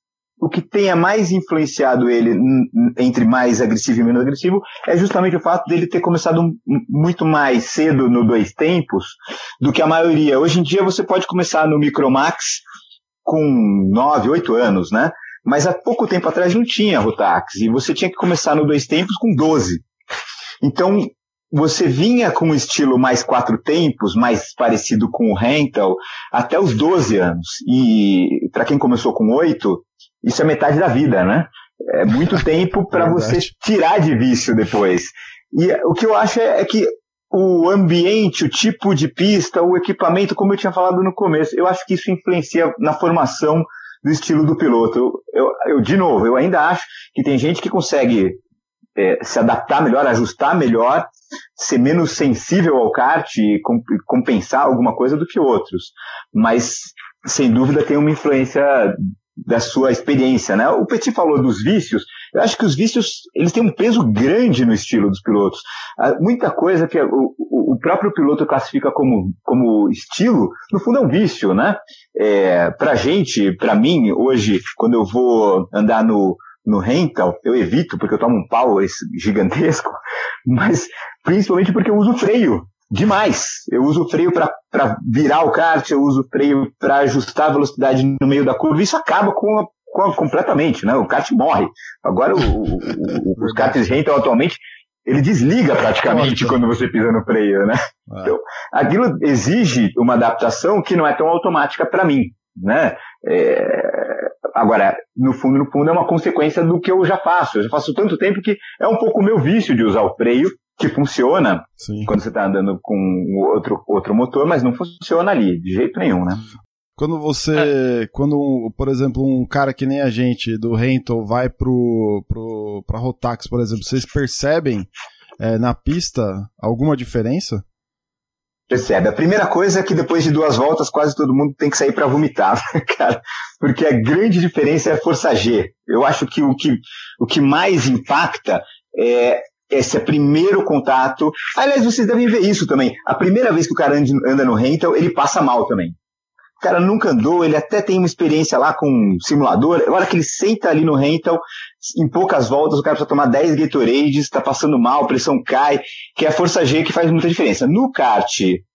o que tenha mais influenciado ele entre mais agressivo e menos agressivo é justamente o fato dele ter começado muito mais cedo no 2 tempos do que a maioria. Hoje em dia você pode começar no Micromax com 9, 8 anos, né? Mas há pouco tempo atrás não tinha Rotax, e você tinha que começar no 2 tempos com 12. Então, você vinha com um estilo mais 4 tempos, mais parecido com o Rental, até os 12 anos. E para quem começou com 8, isso é metade da vida, né? É muito tempo para você tirar de vício depois. E o que eu acho é que o ambiente, o tipo de pista, o equipamento, como eu tinha falado no começo, eu acho que isso influencia na formação do estilo do piloto. De novo, eu ainda acho que tem gente que consegue se adaptar melhor, ajustar melhor, ser menos sensível ao kart e compensar alguma coisa do que outros. Mas, sem dúvida, tem uma influência da sua experiência, né? O Petit falou dos vícios. Eu acho que os vícios, eles têm um peso grande no estilo dos pilotos. Muita coisa que o próprio piloto classifica como estilo, no fundo é um vício, né? Pra gente, pra mim, hoje, quando eu vou andar no Rental, eu evito, porque eu tomo um pau gigantesco, mas principalmente porque eu uso freio demais. Eu uso freio para virar o kart, eu uso freio para ajustar a velocidade no meio da curva, isso acaba completamente, né? O kart morre. Agora os karts Rental atualmente, ele desliga praticamente quando você pisa no freio, né? Então, aquilo exige uma adaptação que não é tão automática para mim, né? Agora, no fundo, é uma consequência do que eu já faço. Eu já faço tanto tempo que é um pouco o meu vício de usar o freio, que funciona quando você está andando com outro motor, mas não funciona ali, de jeito nenhum, né? Quando por exemplo, um cara que nem a gente do Rental vai pra Rotax, por exemplo, vocês percebem na pista alguma diferença? Percebe. A primeira coisa é que depois de 2 voltas quase todo mundo tem que sair para vomitar, cara, porque a grande diferença é a força G. Eu acho que o que mais impacta é esse primeiro contato. Aliás, vocês devem ver isso também. A primeira vez que o cara anda no Rental, ele passa mal também. O cara nunca andou, ele até tem uma experiência lá com um simulador. Agora que ele senta ali no Rental, em poucas voltas o cara precisa tomar 10 Gatorades, está passando mal, a pressão cai, que é a força G que faz muita diferença. No kart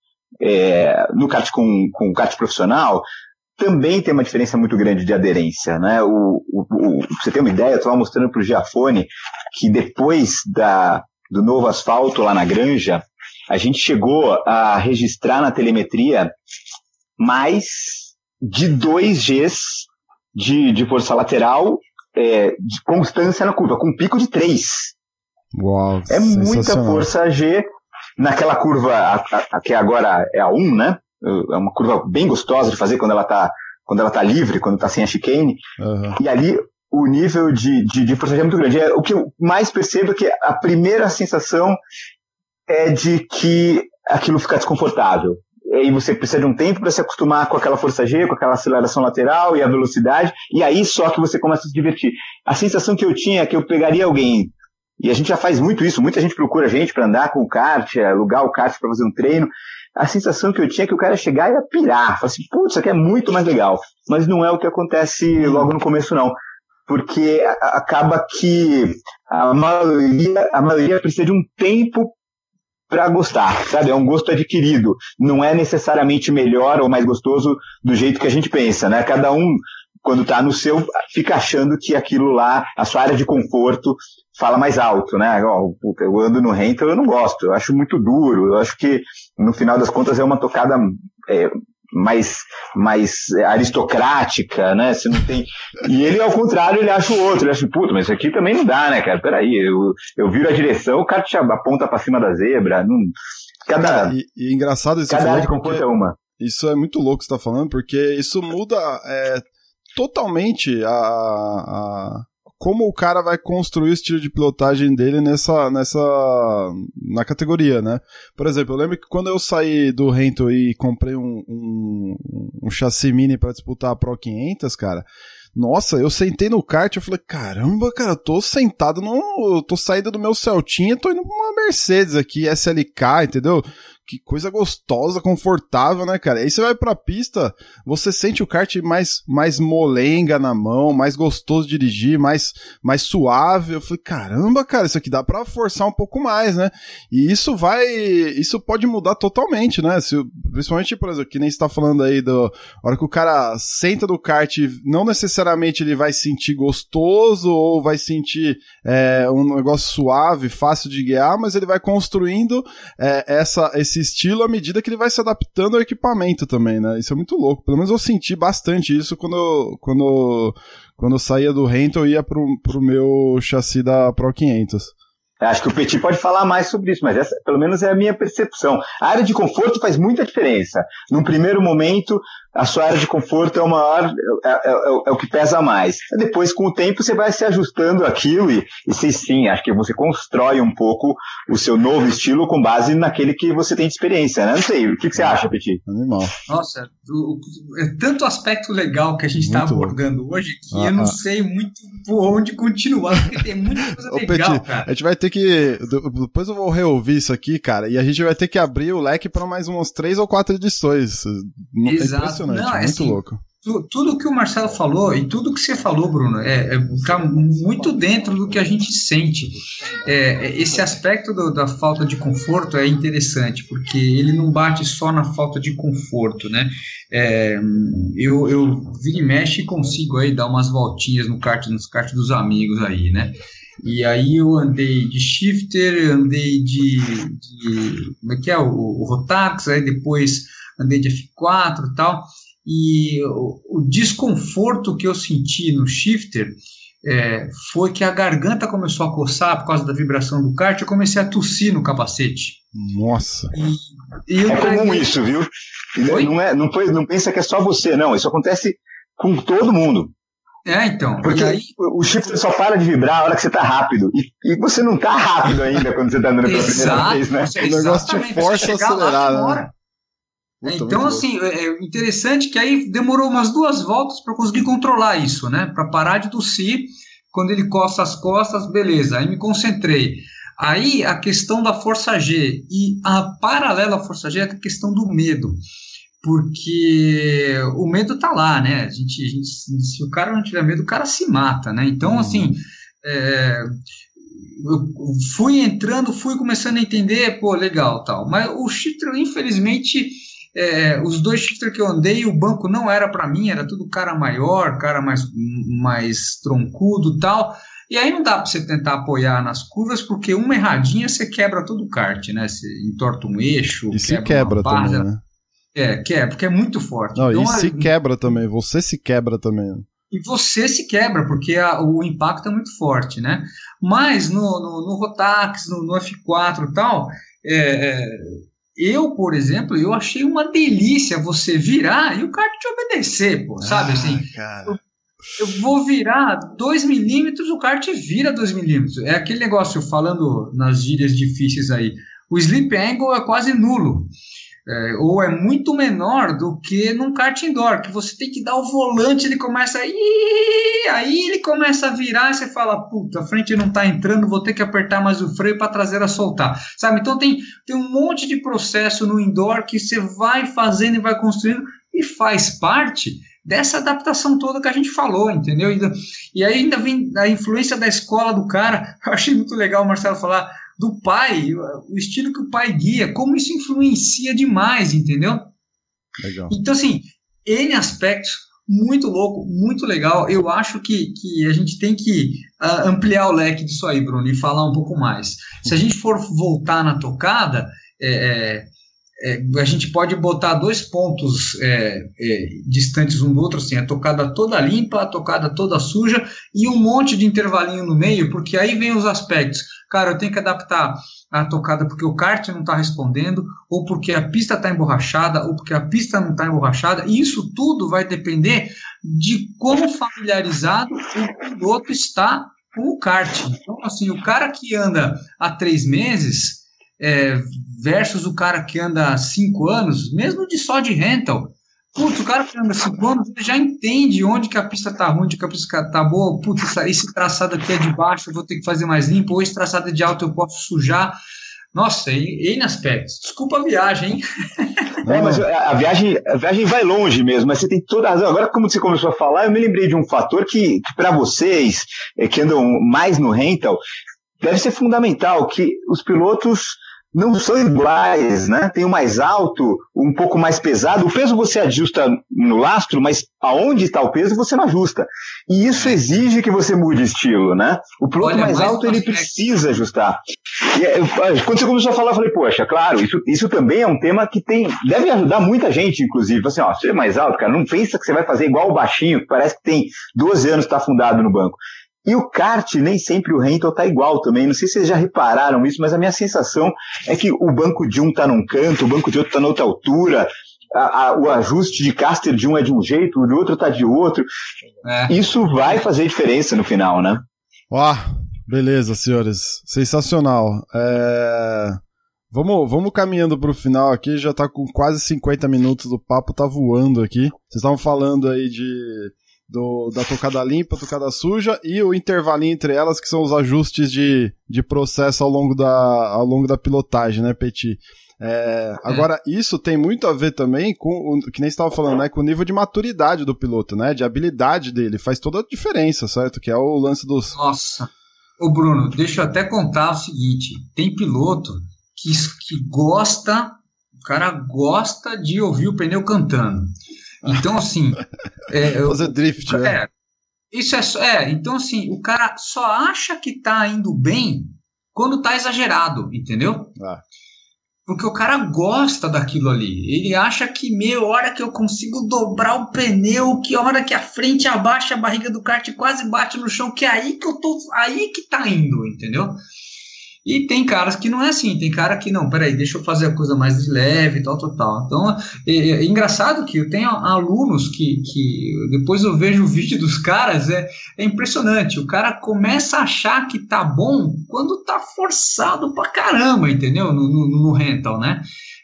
com kart profissional, também tem uma diferença muito grande de aderência, né? Pra você ter uma ideia, eu estava mostrando para o Giafone que depois do novo asfalto lá na Granja, a gente chegou a registrar na telemetria mais de 2 Gs de força lateral, de constância na curva, com um pico de 3. Uau, é muita força G naquela curva que agora é a 1, né? É uma curva bem gostosa de fazer quando ela tá livre, quando tá sem a chicane. Uhum. E ali o nível de força G é muito grande. O que eu mais percebo é que a primeira sensação é de que aquilo fica desconfortável. E aí você precisa de um tempo para se acostumar com aquela força G, com aquela aceleração lateral e a velocidade, e aí só que você começa a se divertir. A sensação que eu tinha é que eu pegaria alguém, e a gente já faz muito isso, muita gente procura a gente para andar com o kart, alugar o kart para fazer um treino. A sensação que eu tinha é que o cara ia chegar e ia pirar, falar assim, putz, isso aqui é muito mais legal. Mas não é o que acontece logo no começo, não. Porque acaba que a maioria precisa de um tempo para gostar, sabe? É um gosto adquirido. Não é necessariamente melhor ou mais gostoso do jeito que a gente pensa, né? Cada um, quando tá no seu, fica achando que aquilo lá, a sua área de conforto, fala mais alto, né? Eu ando no Rental, eu não gosto. Eu acho muito duro. Eu acho que, no final das contas, é uma tocada mais aristocrática, né? Você não tem... E ele, ao contrário, ele acha o outro. Ele acha, puta, mas isso aqui também não dá, né, cara? Peraí, eu viro a direção, o cara te aponta pra cima da zebra. Não... E engraçado isso. Cada área de conforto é uma. Isso é muito louco que você tá falando, porque isso muda totalmente como o cara vai construir o estilo de pilotagem dele na categoria, né? Por exemplo, eu lembro que quando eu saí do Rental e comprei um chassi mini pra disputar a Pro 500, cara, nossa, eu sentei no kart e falei, caramba, cara, eu tô saindo do meu Celtinha, tô indo pra uma Mercedes aqui, SLK, entendeu? que coisa gostosa, confortável, né, cara? Aí você vai pra pista, você sente o kart mais molenga na mão, mais gostoso de dirigir, mais suave. Eu falei, caramba, cara, isso aqui dá pra forçar um pouco mais, né? E isso pode mudar totalmente, né? Principalmente, por exemplo, que nem você tá falando aí a hora que o cara senta do kart, não necessariamente ele vai sentir gostoso ou vai sentir um negócio suave, fácil de guiar, mas ele vai construindo esse estilo à medida que ele vai se adaptando ao equipamento também, né? Isso é muito louco. Pelo menos eu senti bastante isso quando eu saía do Rental e ia pro meu chassi da Pro 500. Acho que o Petit pode falar mais sobre isso, mas essa, pelo menos, é a minha percepção. A área de conforto faz muita diferença. Num primeiro momento, a sua área de conforto é o maior, é o que pesa mais. Depois, com o tempo, você vai se ajustando àquilo e sim, acho que você constrói um pouco o seu novo estilo com base naquele que você tem de experiência, né? Não sei, o que você acha, Petit? Animal. Nossa, é tanto aspecto legal que a gente está abordando hoje que eu não sei muito por onde continuar, porque tem muita coisa legal, Petit, cara. A gente vai ter que... Depois eu vou reouvir isso aqui, cara, e a gente vai ter que abrir o leque para mais umas 3 ou 4 edições. Exato. É impressionante, não, muito assim, louco. Tudo que o Marcelo falou e tudo que você falou, Bruno, tá muito dentro do que a gente sente. Esse aspecto da falta de conforto é interessante, porque ele não bate só na falta de conforto, né? Eu vira e mexe e consigo aí dar umas voltinhas nos kart dos amigos aí, né? E aí eu andei de shifter, andei de como é que é? O Rotax, aí depois andei de F4 e tal. E o desconforto que eu senti no shifter foi que a garganta começou a coçar por causa da vibração do kart. Eu comecei a tossir no capacete. Nossa! E comum isso, viu? Não pensa que é só você, não. Isso acontece com todo mundo. Então. Porque aí, o shifter só para de vibrar a hora que você tá rápido. E você não tá rápido ainda quando você tá andando pela primeira vez, né? O negócio te força a acelerar, né? Então, assim, é interessante que aí demorou umas 2 voltas para conseguir controlar isso, né? Para parar de tossir. Quando ele coça as costas, beleza. Aí me concentrei. Aí a questão da força G e a paralela à força G é a questão do medo. Porque o medo tá lá, né? Se o cara não tiver medo, o cara se mata, né? Então, assim, eu fui entrando, fui começando a entender, pô, legal, tal. Mas o shifter, infelizmente, os 2 shifters que eu andei, o banco não era para mim, era tudo cara maior, cara mais troncudo, tal. E aí não dá para você tentar apoiar nas curvas, porque uma erradinha você quebra todo o kart, né? Você entorta um eixo, e se quebra também, né? Quebra, porque é muito forte. Não, então, e se quebra também, você se quebra também. E você se quebra, porque o impacto é muito forte, né? Mas no Rotax, no F4 e tal, eu, por exemplo, eu achei uma delícia você virar e o kart te obedecer, pô, sabe assim? Cara. Eu vou virar 2 milímetros, o kart vira 2 milímetros. É aquele negócio, falando nas gírias difíceis aí, o slip angle é quase nulo. Ou é muito menor do que num kart indoor, que você tem que dar o volante, ele começa aí ele começa a virar, e você fala, puta, a frente não tá entrando, vou ter que apertar mais o freio para a traseira soltar, sabe? Então tem um monte de processo no indoor que você vai fazendo e vai construindo, e faz parte dessa adaptação toda que a gente falou, entendeu? E aí ainda vem a influência da escola do cara. Eu achei muito legal o Marcelo falar do pai, o estilo que o pai guia, como isso influencia demais, entendeu? Legal. Então, assim, N aspectos, muito louco, muito legal. Eu acho que a gente tem que ampliar o leque disso aí, Bruno, e falar um pouco mais. Se a gente for voltar na tocada, a gente pode botar 2 pontos distantes um do outro, assim, a tocada toda limpa, a tocada toda suja e um monte de intervalinho no meio, porque aí vem os aspectos. Cara, eu tenho que adaptar a tocada porque o kart não está respondendo, ou porque a pista está emborrachada, ou porque a pista não está emborrachada, e isso tudo vai depender de como familiarizado o piloto está com o kart. Então, assim, o cara que anda há 3 meses versus o cara que anda há 5 anos, mesmo só de rental, putz, o cara que anda há 5 anos, ele já entende onde que a pista tá ruim, onde que a pista tá boa, putz, esse traçado aqui é de baixo, eu vou ter que fazer mais limpo, ou esse traçado é de alto eu posso sujar, Nossa, N aspectos. Desculpa a viagem, hein? Mas a viagem vai longe mesmo, mas você tem toda a razão. Agora, como você começou a falar, eu me lembrei de um fator que para vocês, que andam mais no rental, deve ser fundamental, que os pilotos não são iguais, né? Tem o mais alto, um pouco mais pesado. O peso você ajusta no lastro, mas aonde está o peso você não ajusta. E isso exige que você mude estilo, né? O piloto mais alto, ele precisa ajustar. E, quando você começou a falar, eu falei, poxa, claro, isso também é um tema que deve ajudar muita gente, inclusive. Assim, ó, você é mais alto, cara, não pensa que você vai fazer igual o baixinho, que parece que tem 12 anos que está afundado no banco. E o kart, nem sempre o rental tá igual também. Não sei se vocês já repararam isso, mas a minha sensação é que o banco de um tá num canto, o banco de outro tá na outra altura, o ajuste de caster de um é de um jeito, o de outro tá de outro. Isso vai fazer diferença no final, né? Beleza, senhores. Sensacional. Vamos caminhando pro final aqui, já tá com quase 50 minutos, o papo tá voando aqui. Vocês estavam falando aí da tocada limpa, tocada suja e o intervalinho entre elas, que são os ajustes de processo ao longo da pilotagem, né, Petit? Agora, isso tem muito a ver também com, que nem você estava falando, né, com o nível de maturidade do piloto, né, de habilidade dele, faz toda a diferença, certo? Que é o lance dos... Nossa, ô Bruno, deixa eu até contar o seguinte, tem piloto que gosta, o cara gosta de ouvir o pneu cantando. Então, assim... fazer drift, né? Isso então, assim, o cara só acha que tá indo bem quando tá exagerado, entendeu? Porque o cara gosta daquilo ali. Ele acha que, hora que eu consigo dobrar o pneu, que hora que a frente abaixa a barriga do kart quase bate no chão, que é aí que tá indo, entendeu? E tem caras que não é assim, tem cara que não, peraí, deixa eu fazer a coisa mais de leve, tal. Então, é engraçado que eu tenho alunos que depois eu vejo o vídeo dos caras, é impressionante, o cara começa a achar que tá bom quando tá forçado pra caramba, entendeu? No rental, né?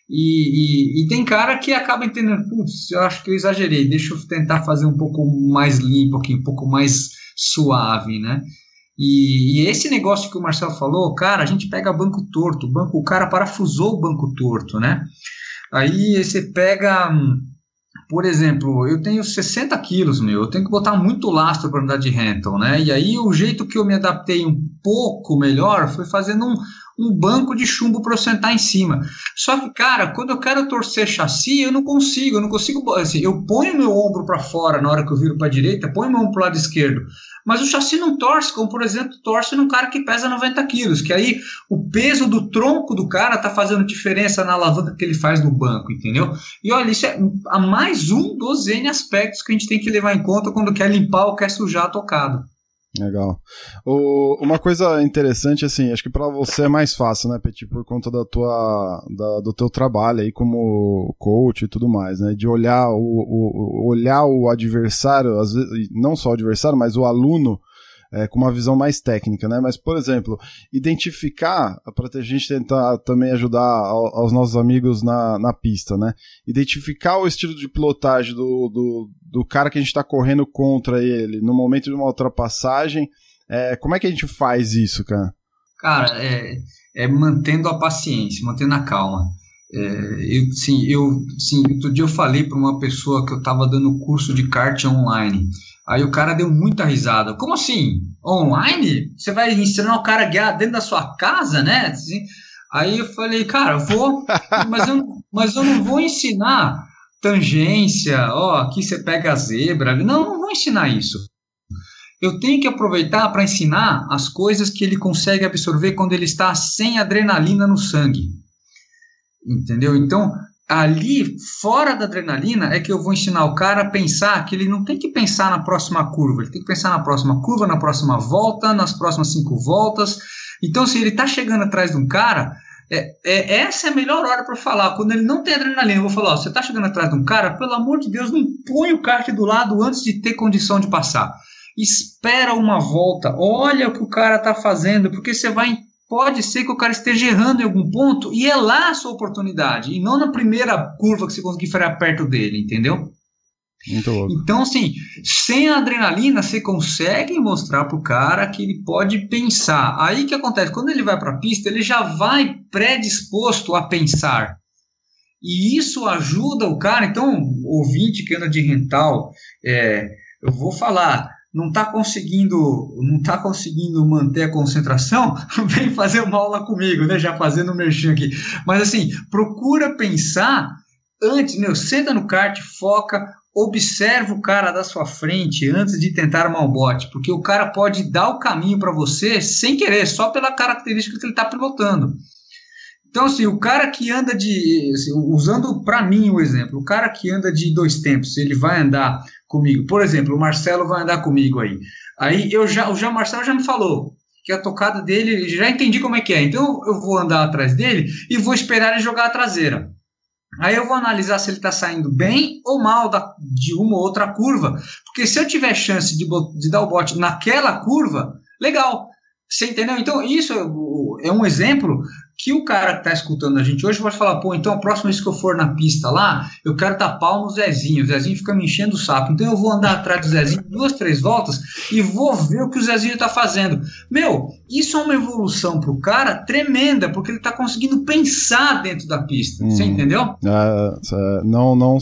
E tem cara que acaba entendendo, putz, eu acho que eu exagerei, deixa eu tentar fazer um pouco mais limpo aqui, um pouco mais suave, né? E esse negócio que o Marcelo falou, cara, a gente pega banco torto, o cara parafusou o banco torto, né? Aí você pega, por exemplo, eu tenho 60 quilos, eu tenho que botar muito lastro para andar de rental, né? E aí o jeito que eu me adaptei um pouco melhor foi fazendo um banco de chumbo para eu sentar em cima. Só que, cara, quando eu quero torcer chassi, eu não consigo, assim, eu ponho meu ombro para fora na hora que eu viro para a direita, ponho meu ombro para o lado esquerdo, mas o chassi não torce, como por exemplo, torce num cara que pesa 90 quilos, que aí o peso do tronco do cara tá fazendo diferença na alavanca que ele faz no banco, entendeu? E olha, isso é mais um dos N aspectos que a gente tem que levar em conta quando quer limpar ou quer sujar a tocada. Legal. Uma coisa interessante, assim, acho que pra você é mais fácil, né, Petit, por conta do teu trabalho aí como coach e tudo mais, né, de olhar o adversário, às vezes, não só o adversário, mas o aluno, com uma visão mais técnica, né? Mas, por exemplo, identificar, para a gente tentar também ajudar aos nossos amigos na pista, né? Identificar o estilo de pilotagem do cara que a gente está correndo contra ele no momento de uma ultrapassagem. Como é que a gente faz isso, cara? Cara, mantendo a paciência, mantendo a calma. Outro dia eu falei para uma pessoa que eu estava dando curso de kart online. Aí o cara deu muita risada. Como assim? Online? Você vai ensinar o cara a guiar dentro da sua casa, né? Assim, aí eu falei, cara, eu vou, mas eu não vou ensinar tangência, aqui você pega a zebra. Não vou ensinar isso. Eu tenho que aproveitar para ensinar as coisas que ele consegue absorver quando ele está sem adrenalina no sangue. Entendeu? Então, ali, fora da adrenalina, é que eu vou ensinar o cara a pensar que ele não tem que pensar na próxima curva, ele tem que pensar na próxima curva, na próxima volta, nas próximas 5 voltas. Então, se ele está chegando atrás de um cara, essa é a melhor hora para falar. Quando ele não tem adrenalina, eu vou falar, você está chegando atrás de um cara, pelo amor de Deus, não põe o kart do lado antes de ter condição de passar. Espera uma volta, olha o que o cara está fazendo, porque pode ser que o cara esteja errando em algum ponto e é lá a sua oportunidade, e não na primeira curva que você conseguir frear perto dele, entendeu? Muito louco. Então, assim, sem a adrenalina, você consegue mostrar pro cara que ele pode pensar. Aí o que acontece? Quando ele vai pra pista, ele já vai predisposto a pensar. E isso ajuda o cara. Então, ouvinte que anda de rental, eu vou falar, não está conseguindo manter a concentração, vem fazer uma aula comigo, né? Já fazendo o merchan aqui. Mas assim, procura pensar antes, senta no kart, foca, observa o cara da sua frente antes de tentar armar o bote, porque o cara pode dar o caminho para você sem querer, só pela característica que ele está pilotando. Então, assim, o cara que anda usando para mim o exemplo, o cara que anda de 2 tempos, ele vai andar comigo, por exemplo, o Marcelo vai andar comigo aí. Aí o Marcelo já me falou que a tocada dele, já entendi como é que é. Então eu vou andar atrás dele e vou esperar ele jogar a traseira. Aí eu vou analisar se ele está saindo bem ou mal de uma ou outra curva, porque se eu tiver chance de dar o bote naquela curva, legal. Você entendeu? Então isso é um exemplo que o cara que está escutando a gente hoje pode falar, pô, então a próxima vez que eu for na pista lá, eu quero dar pau no Zezinho. O Zezinho fica me enchendo o saco. Então eu vou andar atrás do Zezinho 2, 3 voltas e vou ver o que o Zezinho está fazendo. Isso é uma evolução pro cara tremenda, porque ele está conseguindo pensar dentro da pista. Você entendeu? Não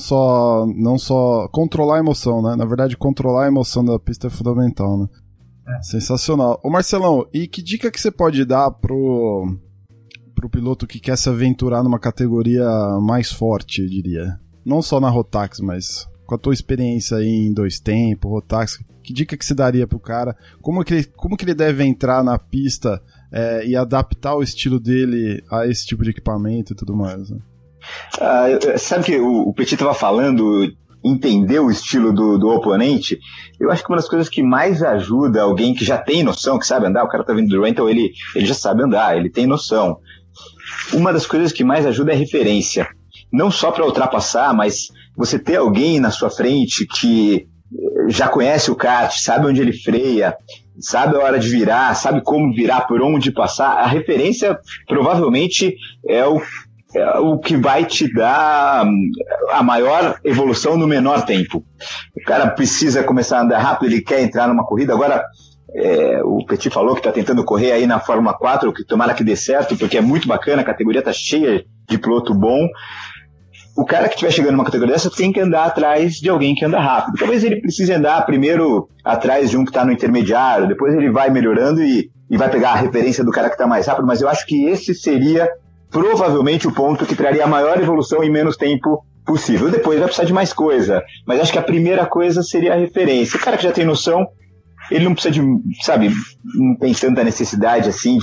só controlar a emoção, né? Na verdade, controlar a emoção da pista é fundamental, né? Sensacional. Ô Marcelão, e que dica que você pode dar pro piloto que quer se aventurar numa categoria mais forte, eu diria? Não só na Rotax, mas com a tua experiência aí em 2 tempos, Rotax, que dica que você daria pro cara? Como que ele deve entrar na pista e adaptar o estilo dele a esse tipo de equipamento e tudo mais, né? Sabe que o Petit estava falando, entender o estilo do oponente. Eu acho que uma das coisas que mais ajuda alguém que já tem noção, que sabe andar, o cara tá vindo do rental, ele já sabe andar, ele tem noção. Uma das coisas que mais ajuda é referência. Não só para ultrapassar, mas você ter alguém na sua frente que já conhece o kart, sabe onde ele freia, sabe a hora de virar, sabe como virar, por onde passar. A referência provavelmente é o que vai te dar a maior evolução no menor tempo. O cara precisa começar a andar rápido, ele quer entrar numa corrida. Agora, o Petit falou que está tentando correr aí na Fórmula 4, que tomara que dê certo, porque é muito bacana, a categoria está cheia de piloto bom. O cara que estiver chegando numa categoria dessa tem que andar atrás de alguém que anda rápido. Talvez ele precise andar primeiro atrás de um que está no intermediário, depois ele vai melhorando e vai pegar a referência do cara que está mais rápido, mas eu acho que esse seria provavelmente o ponto que traria a maior evolução em menos tempo possível. Depois vai precisar de mais coisa, mas acho que a primeira coisa seria a referência. O cara que já tem noção, ele não precisa não tem tanta necessidade assim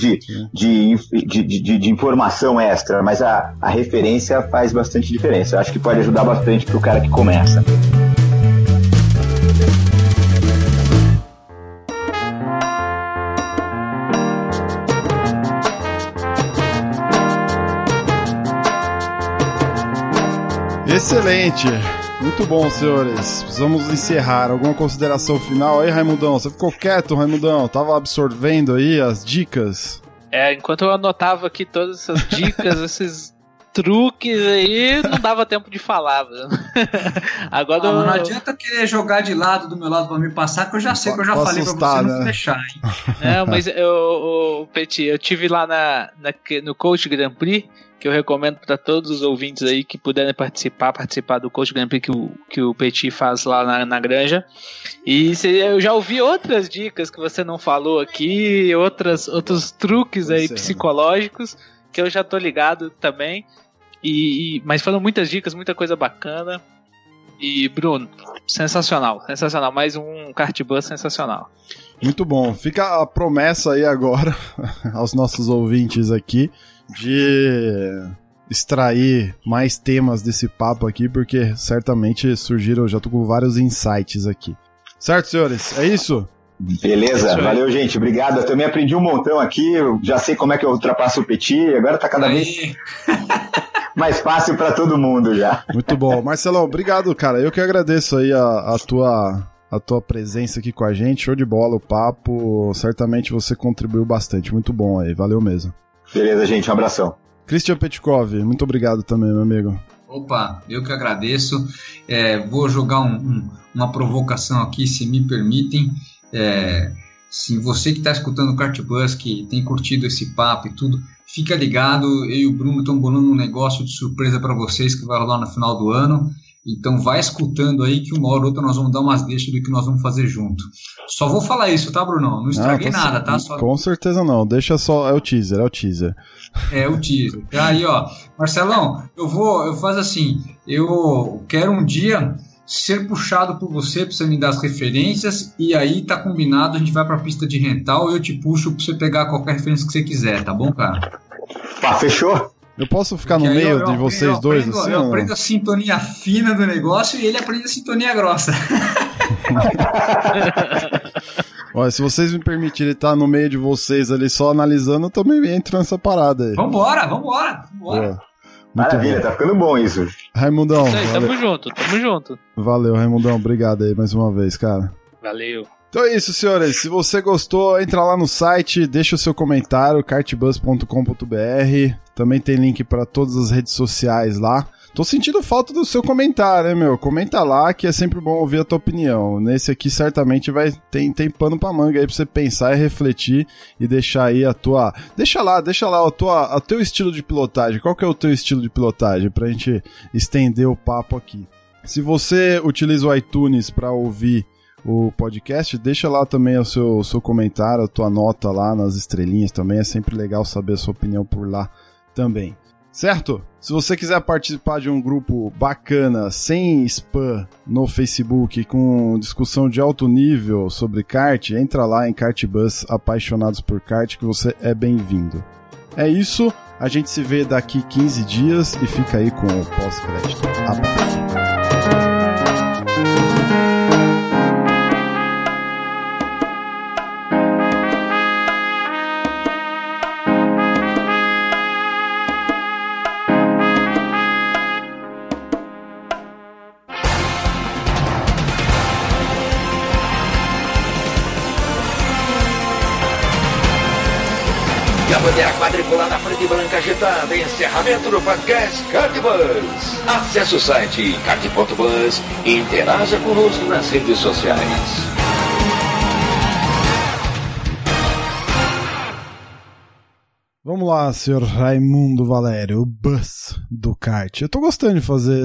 de informação extra, mas a referência faz bastante diferença. Eu acho que pode ajudar bastante para o cara que começa. Excelente! Muito bom, senhores. Precisamos encerrar. Alguma consideração final aí, Raimundão? Você ficou quieto, Raimundão? Tava absorvendo aí as dicas? Enquanto eu anotava aqui todas essas dicas, esses truques aí, não dava tempo de falar. Agora não adianta querer jogar de lado do meu lado pra me passar, que eu já sei que eu já falei assustar, pra você não deixar, hein? Mas Petit, eu tive lá no Coach Grand Prix, que eu recomendo para todos os ouvintes aí que puderem participar do Coach Grand Prix que o Petit faz lá na granja. E eu já ouvi outras dicas que você não falou aqui, outros truques aí psicológicos que eu já tô ligado também. Mas foram muitas dicas, muita coisa bacana. E Bruno, sensacional, mais um Kartbus sensacional. Muito bom, fica a promessa aí agora aos nossos ouvintes aqui de extrair mais temas desse papo aqui, porque certamente surgiram, já tô com vários insights aqui. Certo, senhores? É isso? Beleza, valeu, gente, obrigado. Eu também aprendi um montão aqui, eu já sei como é que eu ultrapasso o Petit, agora tá cada vez mais fácil pra todo mundo já. Muito bom. Marcelão, obrigado, cara. Eu que agradeço aí a tua presença aqui com a gente. Show de bola o papo. Certamente você contribuiu bastante. Muito bom aí. Valeu mesmo. Beleza, gente. Um abração. Christian Petkov, muito obrigado também, meu amigo. Opa, eu que agradeço. Vou jogar uma provocação aqui, se me permitem. Se você que está escutando o Kart Bus, que tem curtido esse papo e tudo, fica ligado. Eu e o Bruno estamos bolando um negócio de surpresa para vocês que vai rolar no final do ano. Então vai escutando aí que uma hora ou outra nós vamos dar umas deixas do que nós vamos fazer junto. Só vou falar isso, tá, Brunão? Não estraguei nada, tá? Com certeza não, deixa só, é o teaser. É o teaser. Aí, ó, Marcelão, eu faço assim, eu quero um dia ser puxado por você pra você me dar as referências, e aí tá combinado, a gente vai pra pista de rental e eu te puxo pra você pegar qualquer referência que você quiser, tá bom, cara? Fechou? Eu posso ficar no meio de vocês dois assim? Eu aprendo a sintonia fina do negócio e ele aprende a sintonia grossa. Olha, se vocês me permitirem estar no meio de vocês ali só analisando, eu também entro nessa parada aí. Vambora. Maravilha, tá ficando bom isso. Raimundão. Isso aí, tamo junto. Valeu, Raimundão, obrigado aí mais uma vez, cara. Valeu. Então é isso, senhores. Se você gostou, entra lá no site, deixa o seu comentário, kartbus.com.br. Também tem link para todas as redes sociais lá. Tô sentindo falta do seu comentário, hein, meu? Comenta lá que é sempre bom ouvir a tua opinião. Nesse aqui certamente tem pano pra manga aí pra você pensar e refletir e deixar aí a tua... Deixa lá o teu estilo de pilotagem. Qual que é o teu estilo de pilotagem pra gente estender o papo aqui? Se você utiliza o iTunes pra ouvir o podcast, deixa lá também o seu comentário, a tua nota lá nas estrelinhas também. É sempre legal saber a sua opinião por lá também. Certo? Se você quiser participar de um grupo bacana, sem spam, no Facebook, com discussão de alto nível sobre kart, entra lá em Kartbus Apaixonados por Kart, que você é bem-vindo. É isso, a gente se vê daqui 15 dias e fica aí com o pós-crédito. Abraço. E a bandeira quadriculada preta e branca agitada. Encerramento do podcast Kart Bus. Acesse o site kart.bus e interaja conosco nas redes sociais. Vamos lá, senhor Raimundo Valério, o bus do kart. Eu tô gostando de fazer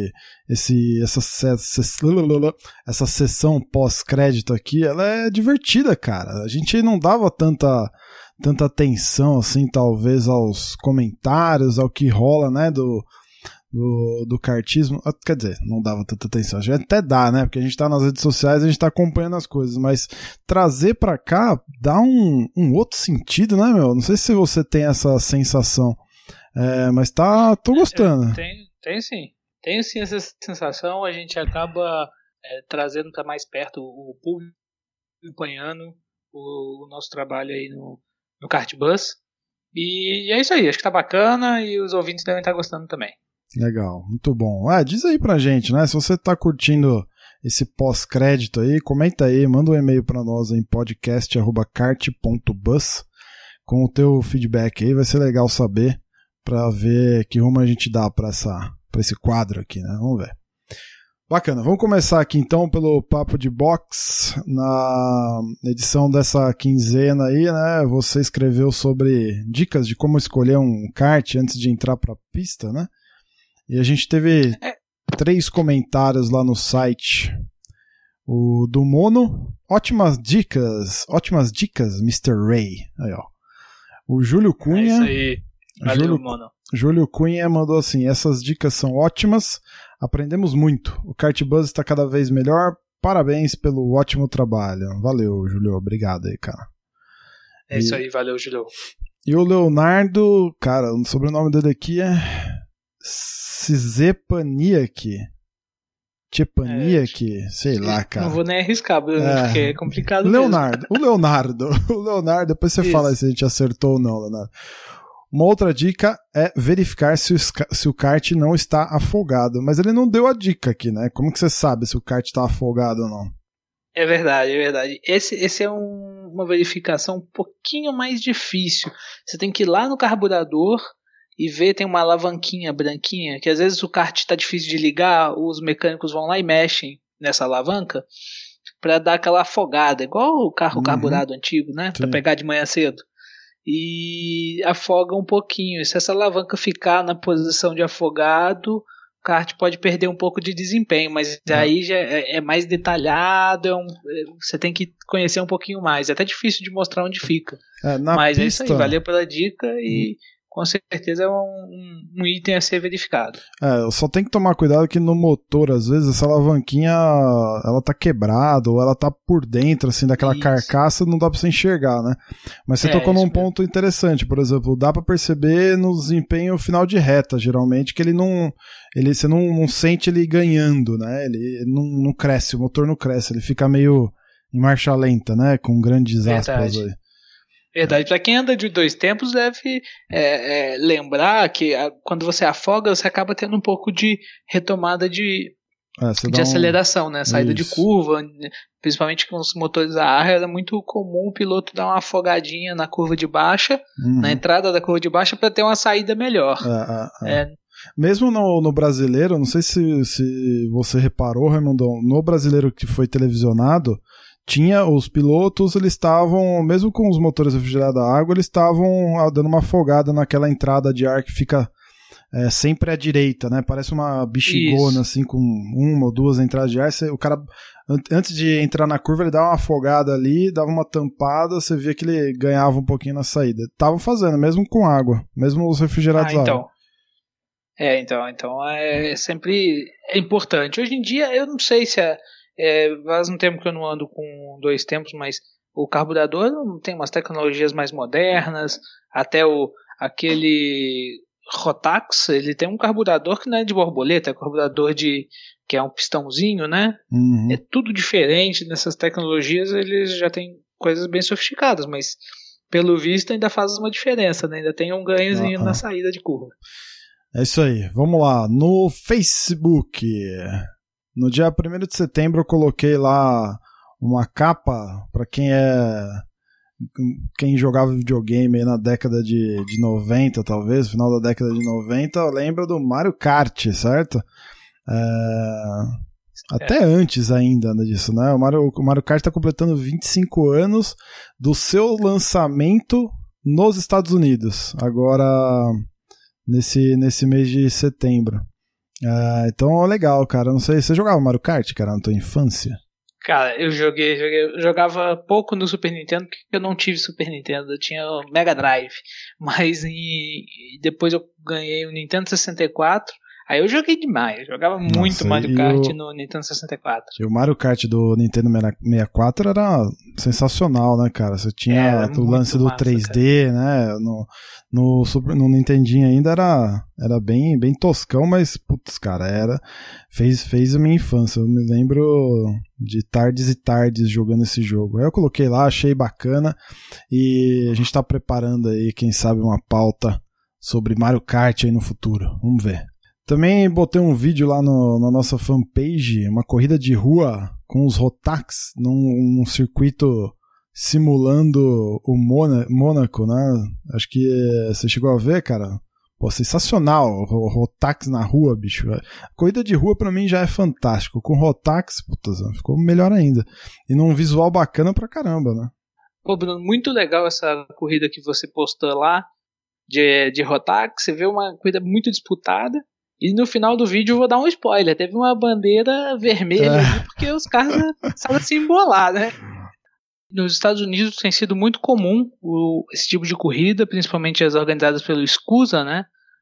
essa sessão pós-crédito aqui. Ela é divertida, cara. A gente não dava tanta atenção, assim, talvez aos comentários, ao que rola, né, do kartismo. Quer dizer, não dava tanta atenção. A gente até dá, né, porque a gente tá nas redes sociais, a gente tá acompanhando as coisas, mas trazer pra cá dá um outro sentido, né, meu? Não sei se você tem essa sensação, mas tô gostando. Tenho sim essa sensação. A gente acaba trazendo para mais perto o público, acompanhando o nosso trabalho aí no Kart Bus. E é isso aí, acho que tá bacana e os ouvintes devem estar gostando também. Legal, muito bom. Diz aí pra gente, né? Se você tá curtindo esse pós-crédito aí, comenta aí, manda um e-mail pra nós em podcast@kart.bus com o teu feedback aí, vai ser legal saber pra ver que rumo a gente dá pra esse quadro aqui, né? Vamos ver. Bacana, vamos começar aqui então pelo Papo de Box. Na edição dessa quinzena aí, né, você escreveu sobre dicas de como escolher um kart antes de entrar pra pista, né? E a gente teve 3 comentários lá no site. O do Mono, ótimas dicas, Mr. Ray. Aí, ó. O Júlio Cunha. É isso aí, valeu, Mono. Júlio Cunha mandou assim: essas dicas são ótimas, aprendemos muito. O Kart Bus está cada vez melhor. Parabéns pelo ótimo trabalho. Valeu, Júlio. Obrigado aí, cara. Isso aí, valeu, Júlio. E o Leonardo, cara, o sobrenome dele aqui é Czepaniak. Sei lá, cara. Não vou nem arriscar, porque é complicado Leonardo. mesmo. O Leonardo, depois você fala se a gente acertou ou não, Leonardo. Uma outra dica é verificar se o kart não está afogado. Mas ele não deu a dica aqui, né? Como que você sabe se o kart está afogado ou não? É verdade. Esse é uma verificação um pouquinho mais difícil. Você tem que ir lá no carburador e vê, tem uma alavanquinha branquinha, que às vezes o kart está difícil de ligar, os mecânicos vão lá e mexem nessa alavanca para dar aquela afogada, igual o carro carburado antigo, né? Para pegar de manhã cedo. E afoga um pouquinho. E se essa alavanca ficar na posição de afogado, o kart pode perder um pouco de desempenho, mas aí já é mais detalhado, você tem que conhecer um pouquinho mais. É até difícil de mostrar onde fica. Mas pista... é isso aí, valeu pela dica e com certeza é um item a ser verificado. Só tem que tomar cuidado que no motor, às vezes, essa alavanquinha ela tá quebrada ou ela tá por dentro, assim, daquela carcaça, não dá pra você enxergar, né? Mas você tocou num ponto interessante, por exemplo, dá pra perceber no desempenho final de reta, geralmente, que você não sente ele ganhando, né? Ele não cresce, o motor não cresce, ele fica meio em marcha lenta, né? Com grandes aspas aí. Verdade, para quem anda de 2 tempos deve lembrar que quando você afoga, você acaba tendo um pouco de retomada de aceleração, né? Saída de curva, principalmente com os motores a ar, era muito comum o piloto dar uma afogadinha na curva de baixa, na entrada da curva de baixa, para ter uma saída melhor. Mesmo no brasileiro, não sei se você reparou, Raimundão, no brasileiro que foi televisionado, os pilotos, eles estavam, mesmo com os motores refrigerados a água, eles estavam dando uma afogada naquela entrada de ar que fica sempre à direita, né? Parece uma bexigona, assim, com 1 ou 2 entradas de ar. O cara, antes de entrar na curva, ele dava uma afogada ali, dava uma tampada, você via que ele ganhava um pouquinho na saída. Estavam fazendo, mesmo com água, mesmo os refrigerados a água. Então é sempre importante. Hoje em dia, eu não sei se faz um tempo que eu não ando com 2 tempos, mas o carburador tem umas tecnologias mais modernas, até aquele Rotax, ele tem um carburador que não é de borboleta, é um carburador que é um pistãozinho, né? É tudo diferente nessas tecnologias, eles já têm coisas bem sofisticadas, mas pelo visto ainda faz uma diferença, né? Ainda tem um ganhozinho na saída de curva. É isso aí, vamos lá, no Facebook... No dia 1º de setembro eu coloquei lá uma capa para quem jogava videogame aí na década de 90, talvez, final da década de 90, lembra do Mario Kart, certo? Até antes ainda disso, né? O Mario Kart está completando 25 anos do seu lançamento nos Estados Unidos, agora nesse mês de setembro. Então legal, cara. Não sei, você jogava Mario Kart, cara, na tua infância? Cara, eu jogava pouco no Super Nintendo, porque eu não tive Super Nintendo, eu tinha o Mega Drive, mas depois eu ganhei o Nintendo 64, aí eu joguei demais, eu jogava muito Mario Kart no Nintendo 64. E o Mario Kart do Nintendo 64 era sensacional, né, cara? Você tinha o lance do 3D, cara, né? No Nintendinho ainda era bem, bem toscão, mas, putz, cara, fez a minha infância. Eu me lembro de tardes e tardes jogando esse jogo. Aí eu coloquei lá, achei bacana, e a gente tá preparando aí, quem sabe, uma pauta sobre Mario Kart aí no futuro. Vamos ver. Também botei um vídeo lá na nossa fanpage, uma corrida de rua com os Rotax num circuito simulando o Mônaco, né? Acho que você chegou a ver, cara. Pô, sensacional, o Rotax na rua, bicho. A corrida de rua pra mim já é fantástico. Com Rotax, puta, ficou melhor ainda. E num visual bacana pra caramba, né? Pô, Bruno, muito legal essa corrida que você postou lá de Rotax. Você vê uma corrida muito disputada. E no final do vídeo eu vou dar um spoiler. Teve uma bandeira vermelha ali, porque os caras sabem se embolar, né? Nos Estados Unidos tem sido muito comum esse tipo de corrida, principalmente as organizadas pelo SCUSA, né?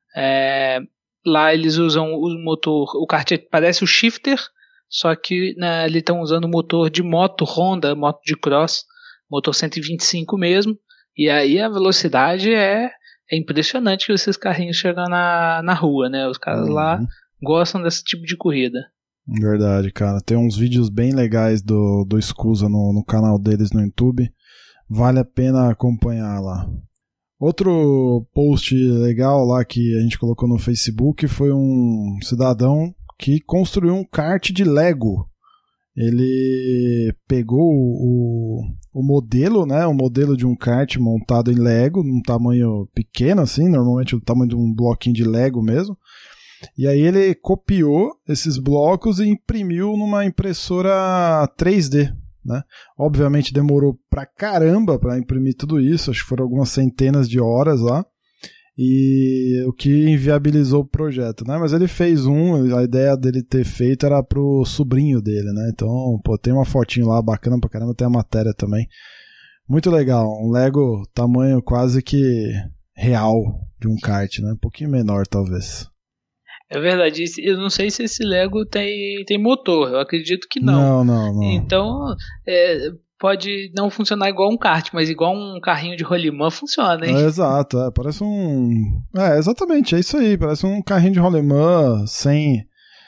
Lá eles usam o motor, o kart parece o shifter, só que eles estão usando o motor de moto Honda, moto de cross, motor 125 mesmo, e aí a velocidade é impressionante que esses carrinhos chegam na rua, né? Os caras lá gostam desse tipo de corrida. Verdade, cara. Tem uns vídeos bem legais do SCUSA no canal deles no YouTube. Vale a pena acompanhar lá. Outro post legal lá que a gente colocou no Facebook foi um cidadão que construiu um kart de Lego. ele pegou o modelo, né, o modelo de um kart montado em Lego, num tamanho pequeno assim, normalmente o tamanho de um bloquinho de Lego mesmo, e aí ele copiou esses blocos e imprimiu numa impressora 3D, né? Obviamente demorou pra caramba pra imprimir tudo isso, acho que foram algumas centenas de horas lá, e o que inviabilizou o projeto, né? Mas ele fez a ideia dele ter feito era pro sobrinho dele, né? Então, pô, tem uma fotinho lá bacana pra caramba, tem a matéria também. Muito legal, um Lego tamanho quase que real de um kart, né? Um pouquinho menor, talvez. É verdade, eu não sei se esse Lego tem motor, eu acredito que não. Não. Então, pode não funcionar igual um kart, mas igual um carrinho de rolimã funciona, hein? Exato, parece um... exatamente, é isso aí, parece um carrinho de rolimã sem...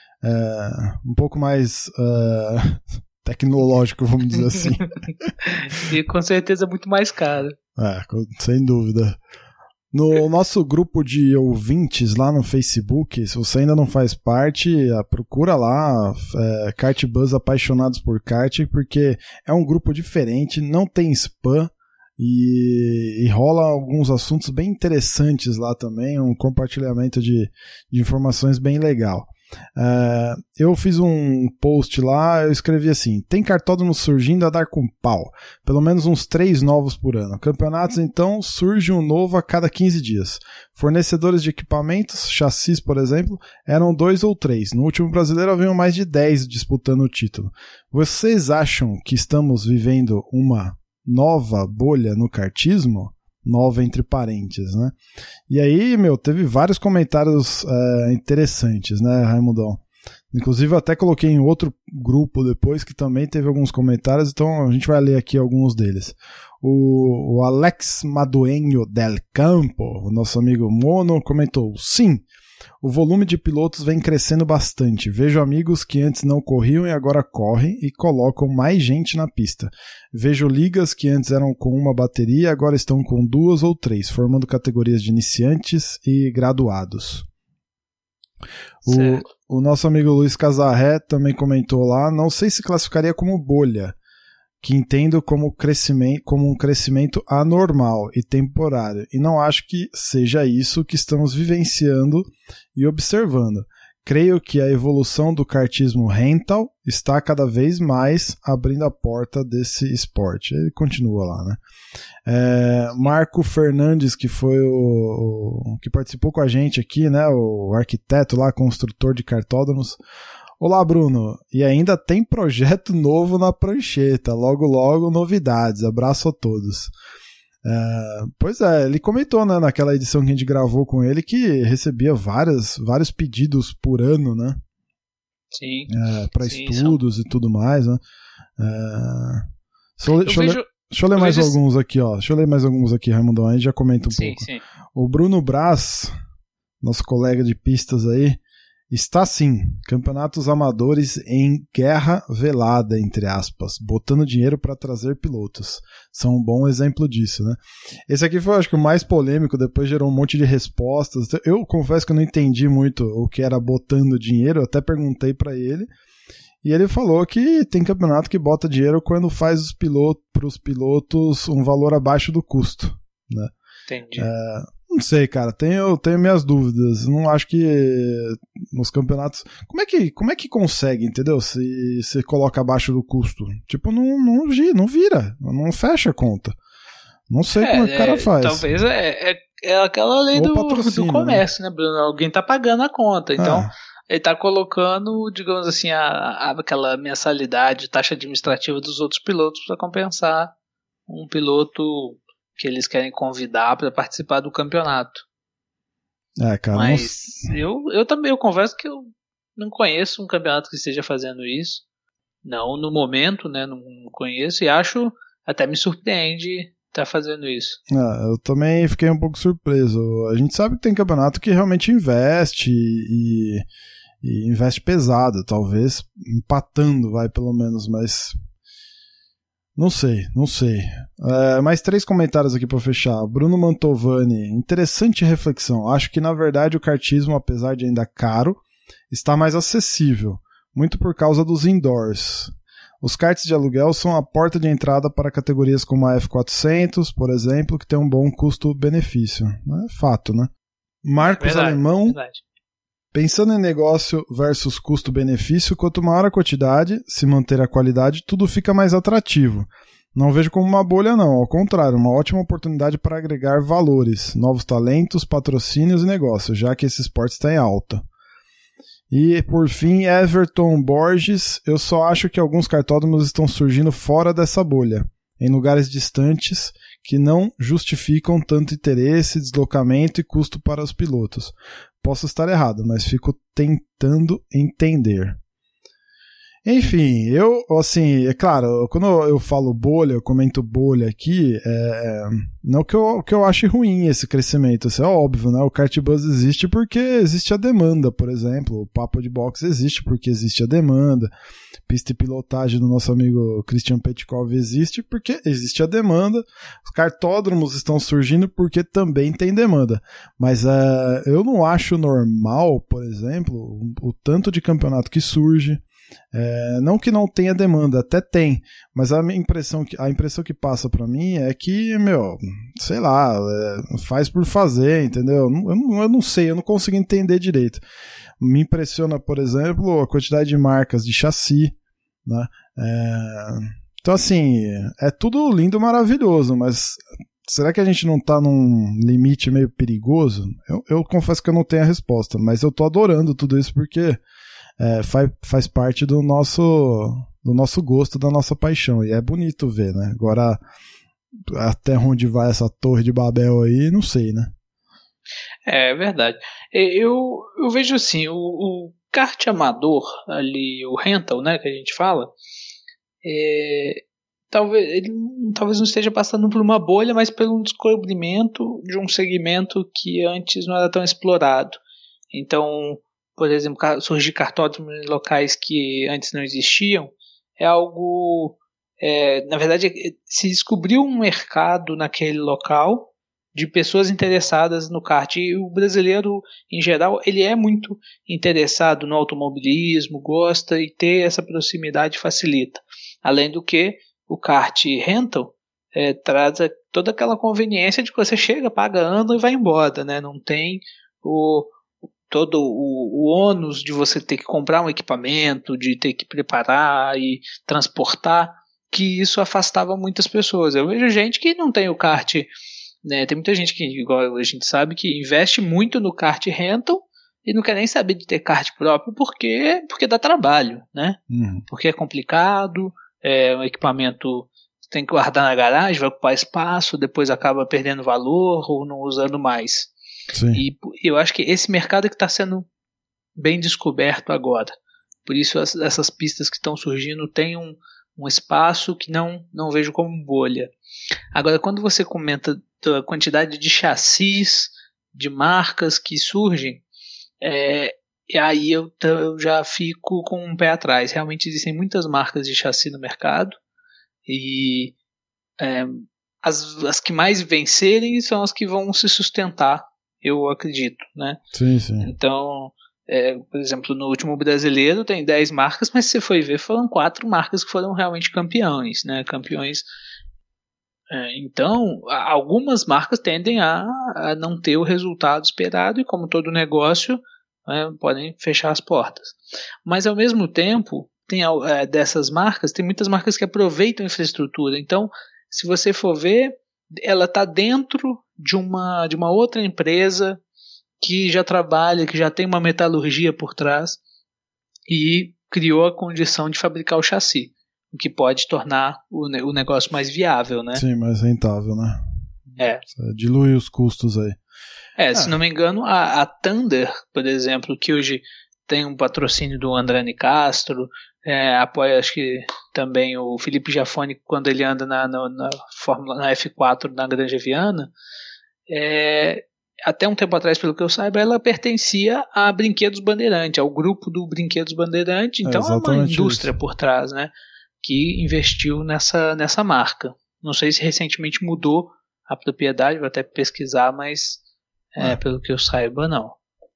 um pouco mais tecnológico, vamos dizer assim. E com certeza muito mais caro. Sem dúvida. No nosso grupo de ouvintes lá no Facebook, se você ainda não faz parte, procura lá, Kart Buzz Apaixonados por Kart, porque é um grupo diferente, não tem spam e rola alguns assuntos bem interessantes lá também, um compartilhamento de informações bem legal. Eu fiz um post lá, eu escrevi assim: tem cartódromo surgindo a dar com pau, pelo menos uns 3 novos por ano. Campeonatos, então, surge um novo a cada 15 dias. Fornecedores de equipamentos, chassis, por exemplo, eram 2 ou 3. No último brasileiro haviam mais de 10 disputando o título. Vocês acham que estamos vivendo uma nova bolha no kartismo? Nova entre parênteses, né? E aí, teve vários comentários interessantes, né, Raimundão? Inclusive, eu até coloquei em outro grupo depois, que também teve alguns comentários, então a gente vai ler aqui alguns deles. O Alex Maduenho del Campo, o nosso amigo Mono, comentou: sim, o volume de pilotos vem crescendo bastante. Vejo amigos que antes não corriam e agora correm e colocam mais gente na pista. Vejo ligas que antes eram com uma bateria e agora estão com 2 ou 3, formando categorias de iniciantes e graduados. O nosso amigo Luiz Casarré também comentou lá: não sei se classificaria como bolha, que entendo como um crescimento anormal e temporário, e não acho que seja isso que estamos vivenciando e observando. Creio que a evolução do kartismo rental está cada vez mais abrindo a porta desse esporte. Ele continua lá, né? Marco Fernandes, que foi que participou com a gente aqui, né? O arquiteto lá, construtor de kartódromos. Olá, Bruno. E ainda tem projeto novo na prancheta. Logo, logo, novidades. Abraço a todos. Pois é, ele comentou, né, naquela edição que a gente gravou com ele, que recebia vários pedidos por ano, né? Sim. Para estudos e tudo mais, né? Deixa eu ler mais alguns aqui, ó. Deixa eu ler mais alguns aqui, Raimundão. Aí já comenta um pouco. Sim. O Bruno Braz, nosso colega de pistas aí, está sim, campeonatos amadores em guerra velada, entre aspas, botando dinheiro para trazer pilotos. São um bom exemplo disso, né? Esse aqui foi, acho que, o mais polêmico, depois gerou um monte de respostas. Eu confesso que eu não entendi muito o que era botando dinheiro, eu até perguntei para ele, e ele falou que tem campeonato que bota dinheiro quando faz para os pilotos um valor abaixo do custo, né? Entendi. Não sei, cara, tenho minhas dúvidas. Não acho que nos campeonatos... Como é que consegue, entendeu? Se você coloca abaixo do custo. Tipo, não vira, não fecha a conta. Não sei como é que o cara faz. Talvez é aquela lei do comércio, né, Bruno? Alguém tá pagando a conta, então ele tá colocando, digamos assim, aquela mensalidade, taxa administrativa dos outros pilotos para compensar um piloto que eles querem convidar para participar do campeonato. Cara, mas eu também confesso que eu não conheço um campeonato que esteja fazendo isso. Não no momento, né? Não conheço e acho, até me surpreende estar fazendo isso. Eu também fiquei um pouco surpreso. A gente sabe que tem campeonato que realmente investe e investe pesado, talvez empatando, pelo menos, mas... Não sei. Mais 3 comentários aqui para fechar. Bruno Mantovani, interessante reflexão. Acho que, na verdade, o kartismo, apesar de ainda caro, está mais acessível. Muito por causa dos indoors. Os karts de aluguel são a porta de entrada para categorias como a F400, por exemplo, que tem um bom custo-benefício. É fato, né? Marcos Alemão, verdade. Pensando em negócio versus custo-benefício, quanto maior a quantidade, se manter a qualidade, tudo fica mais atrativo. Não vejo como uma bolha não, ao contrário, uma ótima oportunidade para agregar valores, novos talentos, patrocínios e negócios, já que esse esporte está em alta. E, por fim, Everton Borges, eu só acho que alguns cartódromos estão surgindo fora dessa bolha, em lugares distantes que não justificam tanto interesse, deslocamento e custo para os pilotos. Posso estar errado, mas fico tentando entender. Enfim, assim, é claro, quando eu falo bolha, eu comento bolha aqui, não que eu ache ruim esse crescimento, isso é óbvio, né? O Kartbus existe porque existe a demanda, por exemplo, o Papo de Boxe existe porque existe a demanda, pista e pilotagem do nosso amigo Christian Petkov existe porque existe a demanda, os cartódromos estão surgindo porque também tem demanda, mas eu não acho normal, por exemplo, o tanto de campeonato que surge. Não que não tenha demanda, até tem, mas a impressão que passa pra mim é que, sei lá, faz por fazer, entendeu? Eu não sei, eu não consigo entender direito. Me impressiona, por exemplo, a quantidade de marcas de chassi, né? Então, assim, é tudo lindo, maravilhoso, mas será que a gente não tá num limite meio perigoso? Eu confesso que eu não tenho a resposta, mas eu tô adorando tudo isso porque faz parte do nosso gosto, da nossa paixão, e é bonito ver, né? Agora, até onde vai essa torre de Babel aí, não sei, né? É verdade. Eu vejo assim, o kart amador ali, o rental, né, que a gente fala, ele talvez não esteja passando por uma bolha, mas pelo descobrimento de um segmento que antes não era tão explorado. Então, por exemplo, surgir cartódromos em locais que antes não existiam, é algo... na verdade, se descobriu um mercado naquele local de pessoas interessadas no kart. E o brasileiro, em geral, ele é muito interessado no automobilismo, gosta, e ter essa proximidade facilita. Além do que, o kart rental traz toda aquela conveniência de que você chega, paga, anda e vai embora, né? Não tem todo o ônus de você ter que comprar um equipamento, de ter que preparar e transportar, que isso afastava muitas pessoas. Eu vejo gente que não tem o kart, né? Tem muita gente que, igual a gente sabe, que investe muito no kart rental e não quer nem saber de ter kart próprio porque dá trabalho, né? Porque é complicado, um equipamento tem que guardar na garagem, vai ocupar espaço, depois acaba perdendo valor ou não usando mais. Sim. E eu acho que esse mercado é que está sendo bem descoberto agora. Por isso essas pistas que estão surgindo têm um espaço que não vejo como bolha. Agora, quando você comenta da quantidade de chassis, de marcas que surgem, aí eu já fico com um pé atrás. Realmente existem muitas marcas de chassi no mercado e as que mais vencerem são as que vão se sustentar, eu acredito, né? Sim, sim. Então, por exemplo, no último brasileiro tem 10 marcas, mas se você for ver, foram 4 marcas que foram realmente campeões, né? Campeões. Então, algumas marcas tendem a não ter o resultado esperado e, como todo negócio, podem fechar as portas. Mas, ao mesmo tempo, dessas marcas, tem muitas marcas que aproveitam a infraestrutura. Então, se você for ver, ela está dentro de uma outra empresa que já trabalha, que já tem uma metalurgia por trás e criou a condição de fabricar o chassi, o que pode tornar o negócio mais viável, né? Sim, mais rentável, né? Dilui os custos aí. Se não me engano, a Thunder, por exemplo, que hoje tem um patrocínio do Andrani Castro, apoia, acho que também o Felipe Giafone quando ele anda na F4 na Granja Viana. Até um tempo atrás, pelo que eu saiba, ela pertencia a Brinquedos Bandeirante, ao grupo do Brinquedos Bandeirante. Então é uma indústria por trás, né, que investiu nessa marca. Não sei se recentemente mudou a propriedade, vou até pesquisar, mas pelo que eu saiba, não.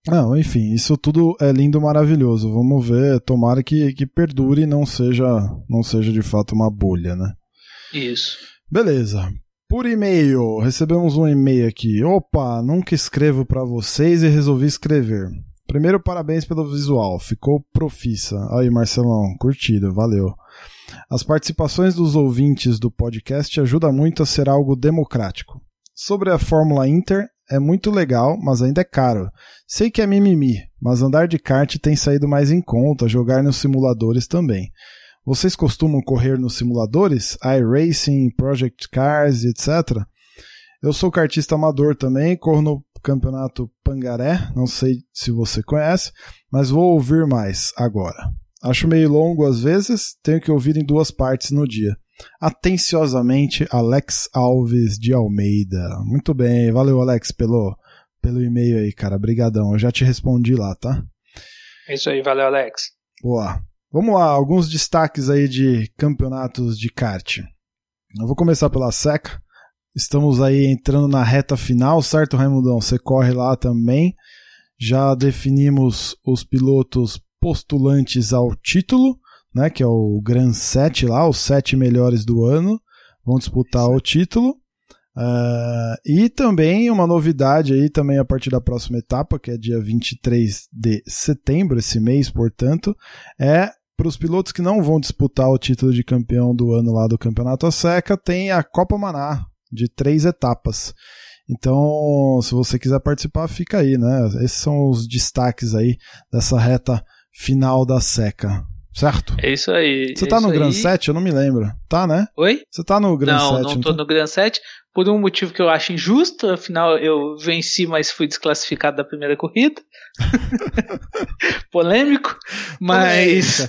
Não, enfim, isso tudo é lindo, maravilhoso. Vamos ver, tomara que perdure e não seja de fato uma bolha, né? Isso. Beleza. Por e-mail, recebemos um e-mail aqui. Opa, nunca escrevo pra vocês e resolvi escrever. Primeiro, parabéns pelo visual, ficou profissa. Aí, Marcelão, curtido, valeu. As participações dos ouvintes do podcast ajudam muito a ser algo democrático. Sobre a Fórmula Inter, é muito legal, mas ainda é caro. Sei que é mimimi, mas andar de kart tem saído mais em conta, jogar nos simuladores também. Vocês costumam correr nos simuladores? iRacing, Project Cars, etc. Eu sou kartista amador também, corro no campeonato Pangaré, não sei se você conhece, mas vou ouvir mais agora. Acho meio longo às vezes, tenho que ouvir em 2 partes no dia. Atenciosamente, Alex Alves de Almeida. Muito bem, valeu Alex pelo e-mail aí, cara, brigadão, eu já te respondi lá, tá? É isso aí, valeu Alex. Boa. Vamos lá, alguns destaques aí de campeonatos de kart. Eu vou começar pela SECA. Estamos aí entrando na reta final, certo, Raimundão? Você corre lá também. Já definimos os pilotos postulantes ao título, né, que é o Grand 7 lá, os 7 melhores do ano vão disputar o título. E também uma novidade aí também a partir da próxima etapa, que é dia 23 de setembro, esse mês, portanto, é para os pilotos que não vão disputar o título de campeão do ano lá do Campeonato Seca, tem a Copa Maná, de 3 etapas. Então, se você quiser participar, fica aí, né? Esses são os destaques aí dessa reta final da Seca. Certo? É isso aí. Você tá no Grand 7? Eu não me lembro. Tá, né? Oi? Você tá no Grand 7? Não tô no Grand 7, por um motivo que eu acho injusto. Afinal, eu venci, mas fui desclassificado da primeira corrida. Polêmico. Mas,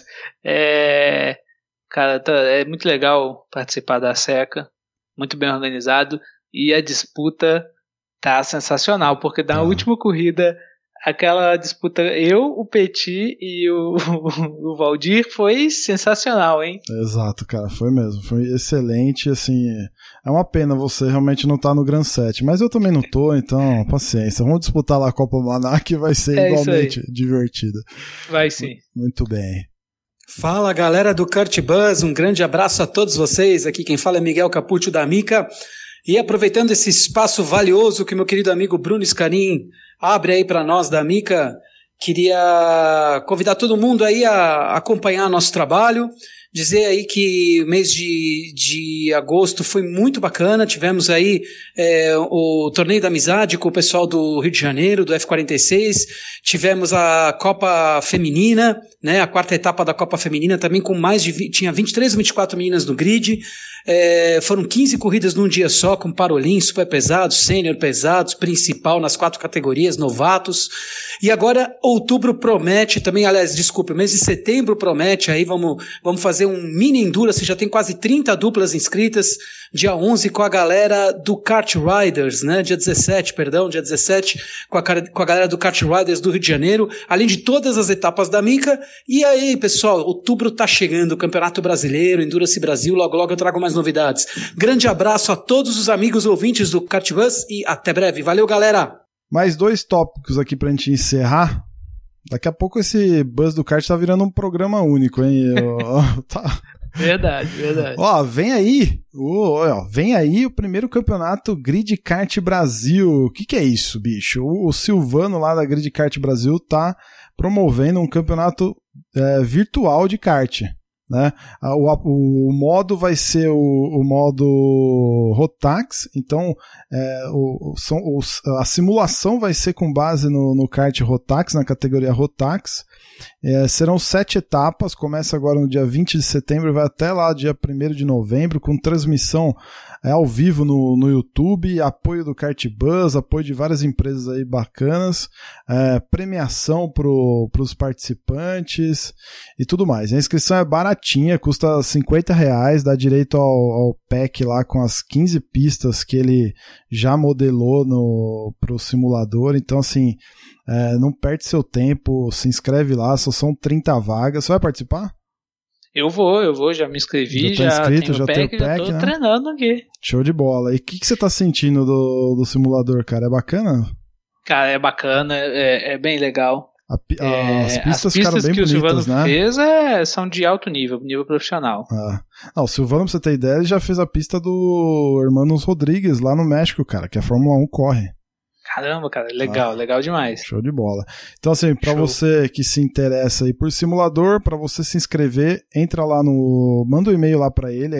cara, é muito legal participar da SECA. Muito bem organizado. E a disputa tá sensacional, porque na última corrida, aquela disputa, o Petit e o Valdir, foi sensacional, hein? Exato, cara, foi mesmo, foi excelente, assim, é uma pena você realmente não estar no Grand 7, mas eu também não tô, então, paciência, vamos disputar lá a Copa Maná, que vai ser igualmente divertida. Vai sim. Muito bem. Fala, galera do Kart Buzz, um grande abraço a todos vocês, aqui quem fala é Miguel Capuccio da Mica, e aproveitando esse espaço valioso que meu querido amigo Bruno Scarin abre aí para nós da Mica, queria convidar todo mundo aí a acompanhar nosso trabalho, dizer aí que o mês de agosto foi muito bacana, tivemos aí o Torneio da Amizade com o pessoal do Rio de Janeiro, do F46, tivemos a Copa Feminina, né, a 4ª etapa da Copa Feminina também com tinha 23 ou 24 meninas no grid, foram 15 corridas num dia só, com Parolin, super pesados, sênior pesados, principal nas 4 categorias, novatos, e agora outubro promete também, aliás, desculpe, o mês de setembro promete, aí vamos fazer um mini Endurance, já tem quase 30 duplas inscritas, dia 11 com a galera do Kart Riders, né, dia 17 com a galera do Kart Riders do Rio de Janeiro, além de todas as etapas da Mica, e aí, pessoal, outubro tá chegando, o Campeonato Brasileiro, Endurance Brasil, logo eu trago mais novidades. Grande abraço a todos os amigos ouvintes do Kart Buzz e até breve. Valeu, galera! Mais 2 tópicos aqui pra gente encerrar. Daqui a pouco esse Buzz do Kart tá virando um programa único, hein? Tá. Verdade. Ó, vem aí o primeiro campeonato Grid Kart Brasil. O que é isso, bicho? O Silvano lá da Grid Kart Brasil tá promovendo um campeonato virtual de kart, né? O modo vai ser o modo Rotax, então a simulação vai ser com base no kart Rotax, na categoria Rotax. Serão 7 etapas, começa agora no dia 20 de setembro e vai até lá dia 1º de novembro, com transmissão ao vivo no YouTube, apoio do Kart Buzz, apoio de várias empresas aí bacanas, premiação pros participantes e tudo mais. A inscrição é baratinha, custa R$50, dá direito ao pack lá com as 15 pistas que ele já modelou pro simulador, então assim, não perde seu tempo, se inscreve lá, só são 30 vagas. Você vai participar? Eu vou, já me inscrevi, já tenho o pack, já tô treinando aqui. Show de bola. E o que você tá sentindo do simulador, cara? É bacana? Cara, é bacana, é bem legal. As pistas ficaram bem que bonitas, o Silvano né? fez são de alto nível profissional. O Silvano, pra você ter ideia, ele já fez a pista do Hermanos Rodrigues lá no México, cara, que a Fórmula 1 corre. Caramba, cara, legal demais. Show de bola. Então, assim, pra você que se interessa aí por simulador, pra você se inscrever, entra lá manda um e-mail lá pra ele, é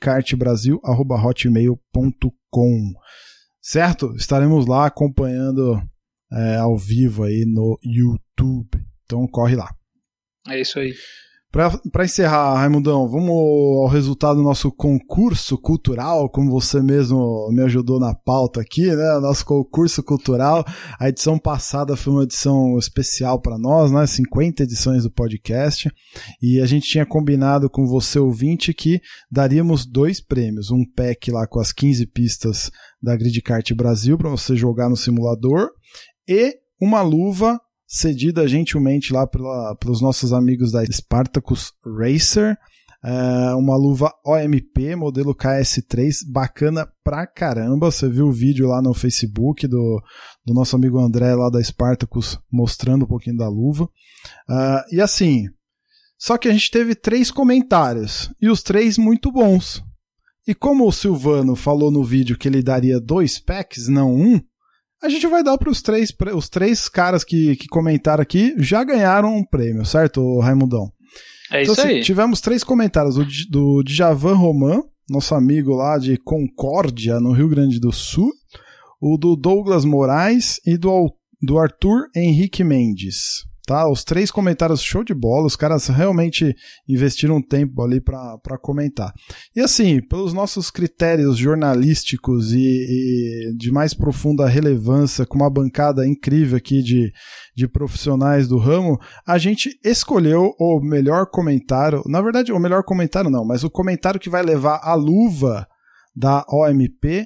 gridkartbrasil@hotmail.com. Certo? Estaremos lá acompanhando ao vivo aí no YouTube. Então corre lá. É isso aí. Para encerrar, Raimundão, vamos ao resultado do nosso concurso cultural, como você mesmo me ajudou na pauta aqui, né? Nosso concurso cultural. A edição passada foi uma edição especial para nós, né? 50 edições do podcast. E a gente tinha combinado com você, ouvinte, que daríamos 2 prêmios. Um pack lá com as 15 pistas da Grid Kart Brasil para você jogar no simulador e uma luva cedida gentilmente lá pelos nossos amigos da Spartacus Racer, uma luva OMP, modelo KS3, bacana pra caramba. Você viu o vídeo lá no Facebook do nosso amigo André lá da Spartacus mostrando um pouquinho da luva. E assim, só que a gente teve 3 comentários, e os 3 muito bons. E como o Silvano falou no vídeo que ele daria 2 packs, não 1, a gente vai dar para os 3 caras que comentaram aqui, já ganharam um prêmio, certo, Raimundão? É isso aí. Tivemos 3 comentários, do Djavan Roman, nosso amigo lá de Concórdia, no Rio Grande do Sul, o do Douglas Moraes e do Arthur Henrique Mendes. Tá? Os 3 comentários show de bola, os caras realmente investiram um tempo ali para comentar. E assim, pelos nossos critérios jornalísticos e de mais profunda relevância, com uma bancada incrível aqui de profissionais do ramo, a gente escolheu o melhor comentário, na verdade o melhor comentário não, mas o comentário que vai levar a luva da OMP,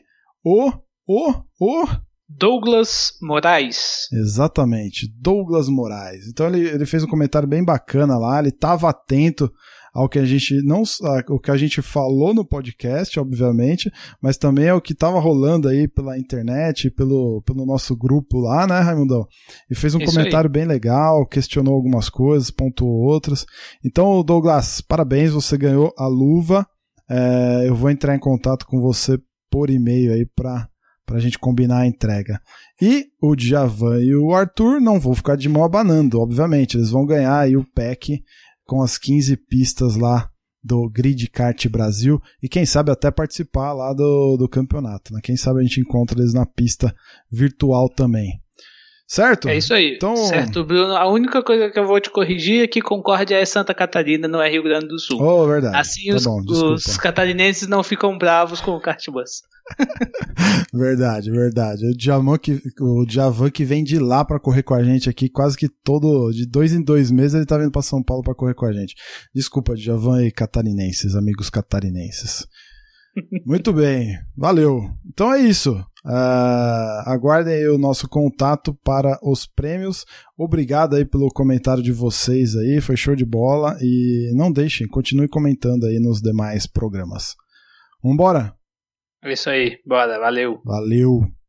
Douglas Moraes. Exatamente, Douglas Moraes. Então ele fez um comentário bem bacana lá, ele estava atento ao que a gente falou no podcast, obviamente, mas também ao que estava rolando aí pela internet, pelo nosso grupo lá, né, Raimundão? E fez um comentário bem legal, questionou algumas coisas, pontuou outras. Então, Douglas, parabéns, você ganhou a luva. Eu vou entrar em contato com você por e-mail aí pra gente combinar a entrega. E o Djavan e o Arthur não vão ficar de mão abanando, obviamente. Eles vão ganhar aí o pack com as 15 pistas lá do Grid Kart Brasil e quem sabe até participar lá do campeonato, né? Quem sabe a gente encontra eles na pista virtual também. Certo? É isso aí. Então... Certo, Bruno. A única coisa que eu vou te corrigir é que Concórdia é Santa Catarina, não é Rio Grande do Sul. Oh, verdade. Assim tá os catarinenses não ficam bravos com o Kartbus. Verdade. O Djavan que vem de lá pra correr com a gente aqui, quase que de 2 em 2 meses ele tá vindo pra São Paulo pra correr com a gente. Desculpa, Djavan e catarinenses, amigos catarinenses. Muito bem, valeu. Então é isso. Aguardem aí o nosso contato para os prêmios. Obrigado aí pelo comentário de vocês aí, foi show de bola. E não deixem, continue comentando aí nos demais programas. Vambora? É isso aí, bora, valeu. Valeu.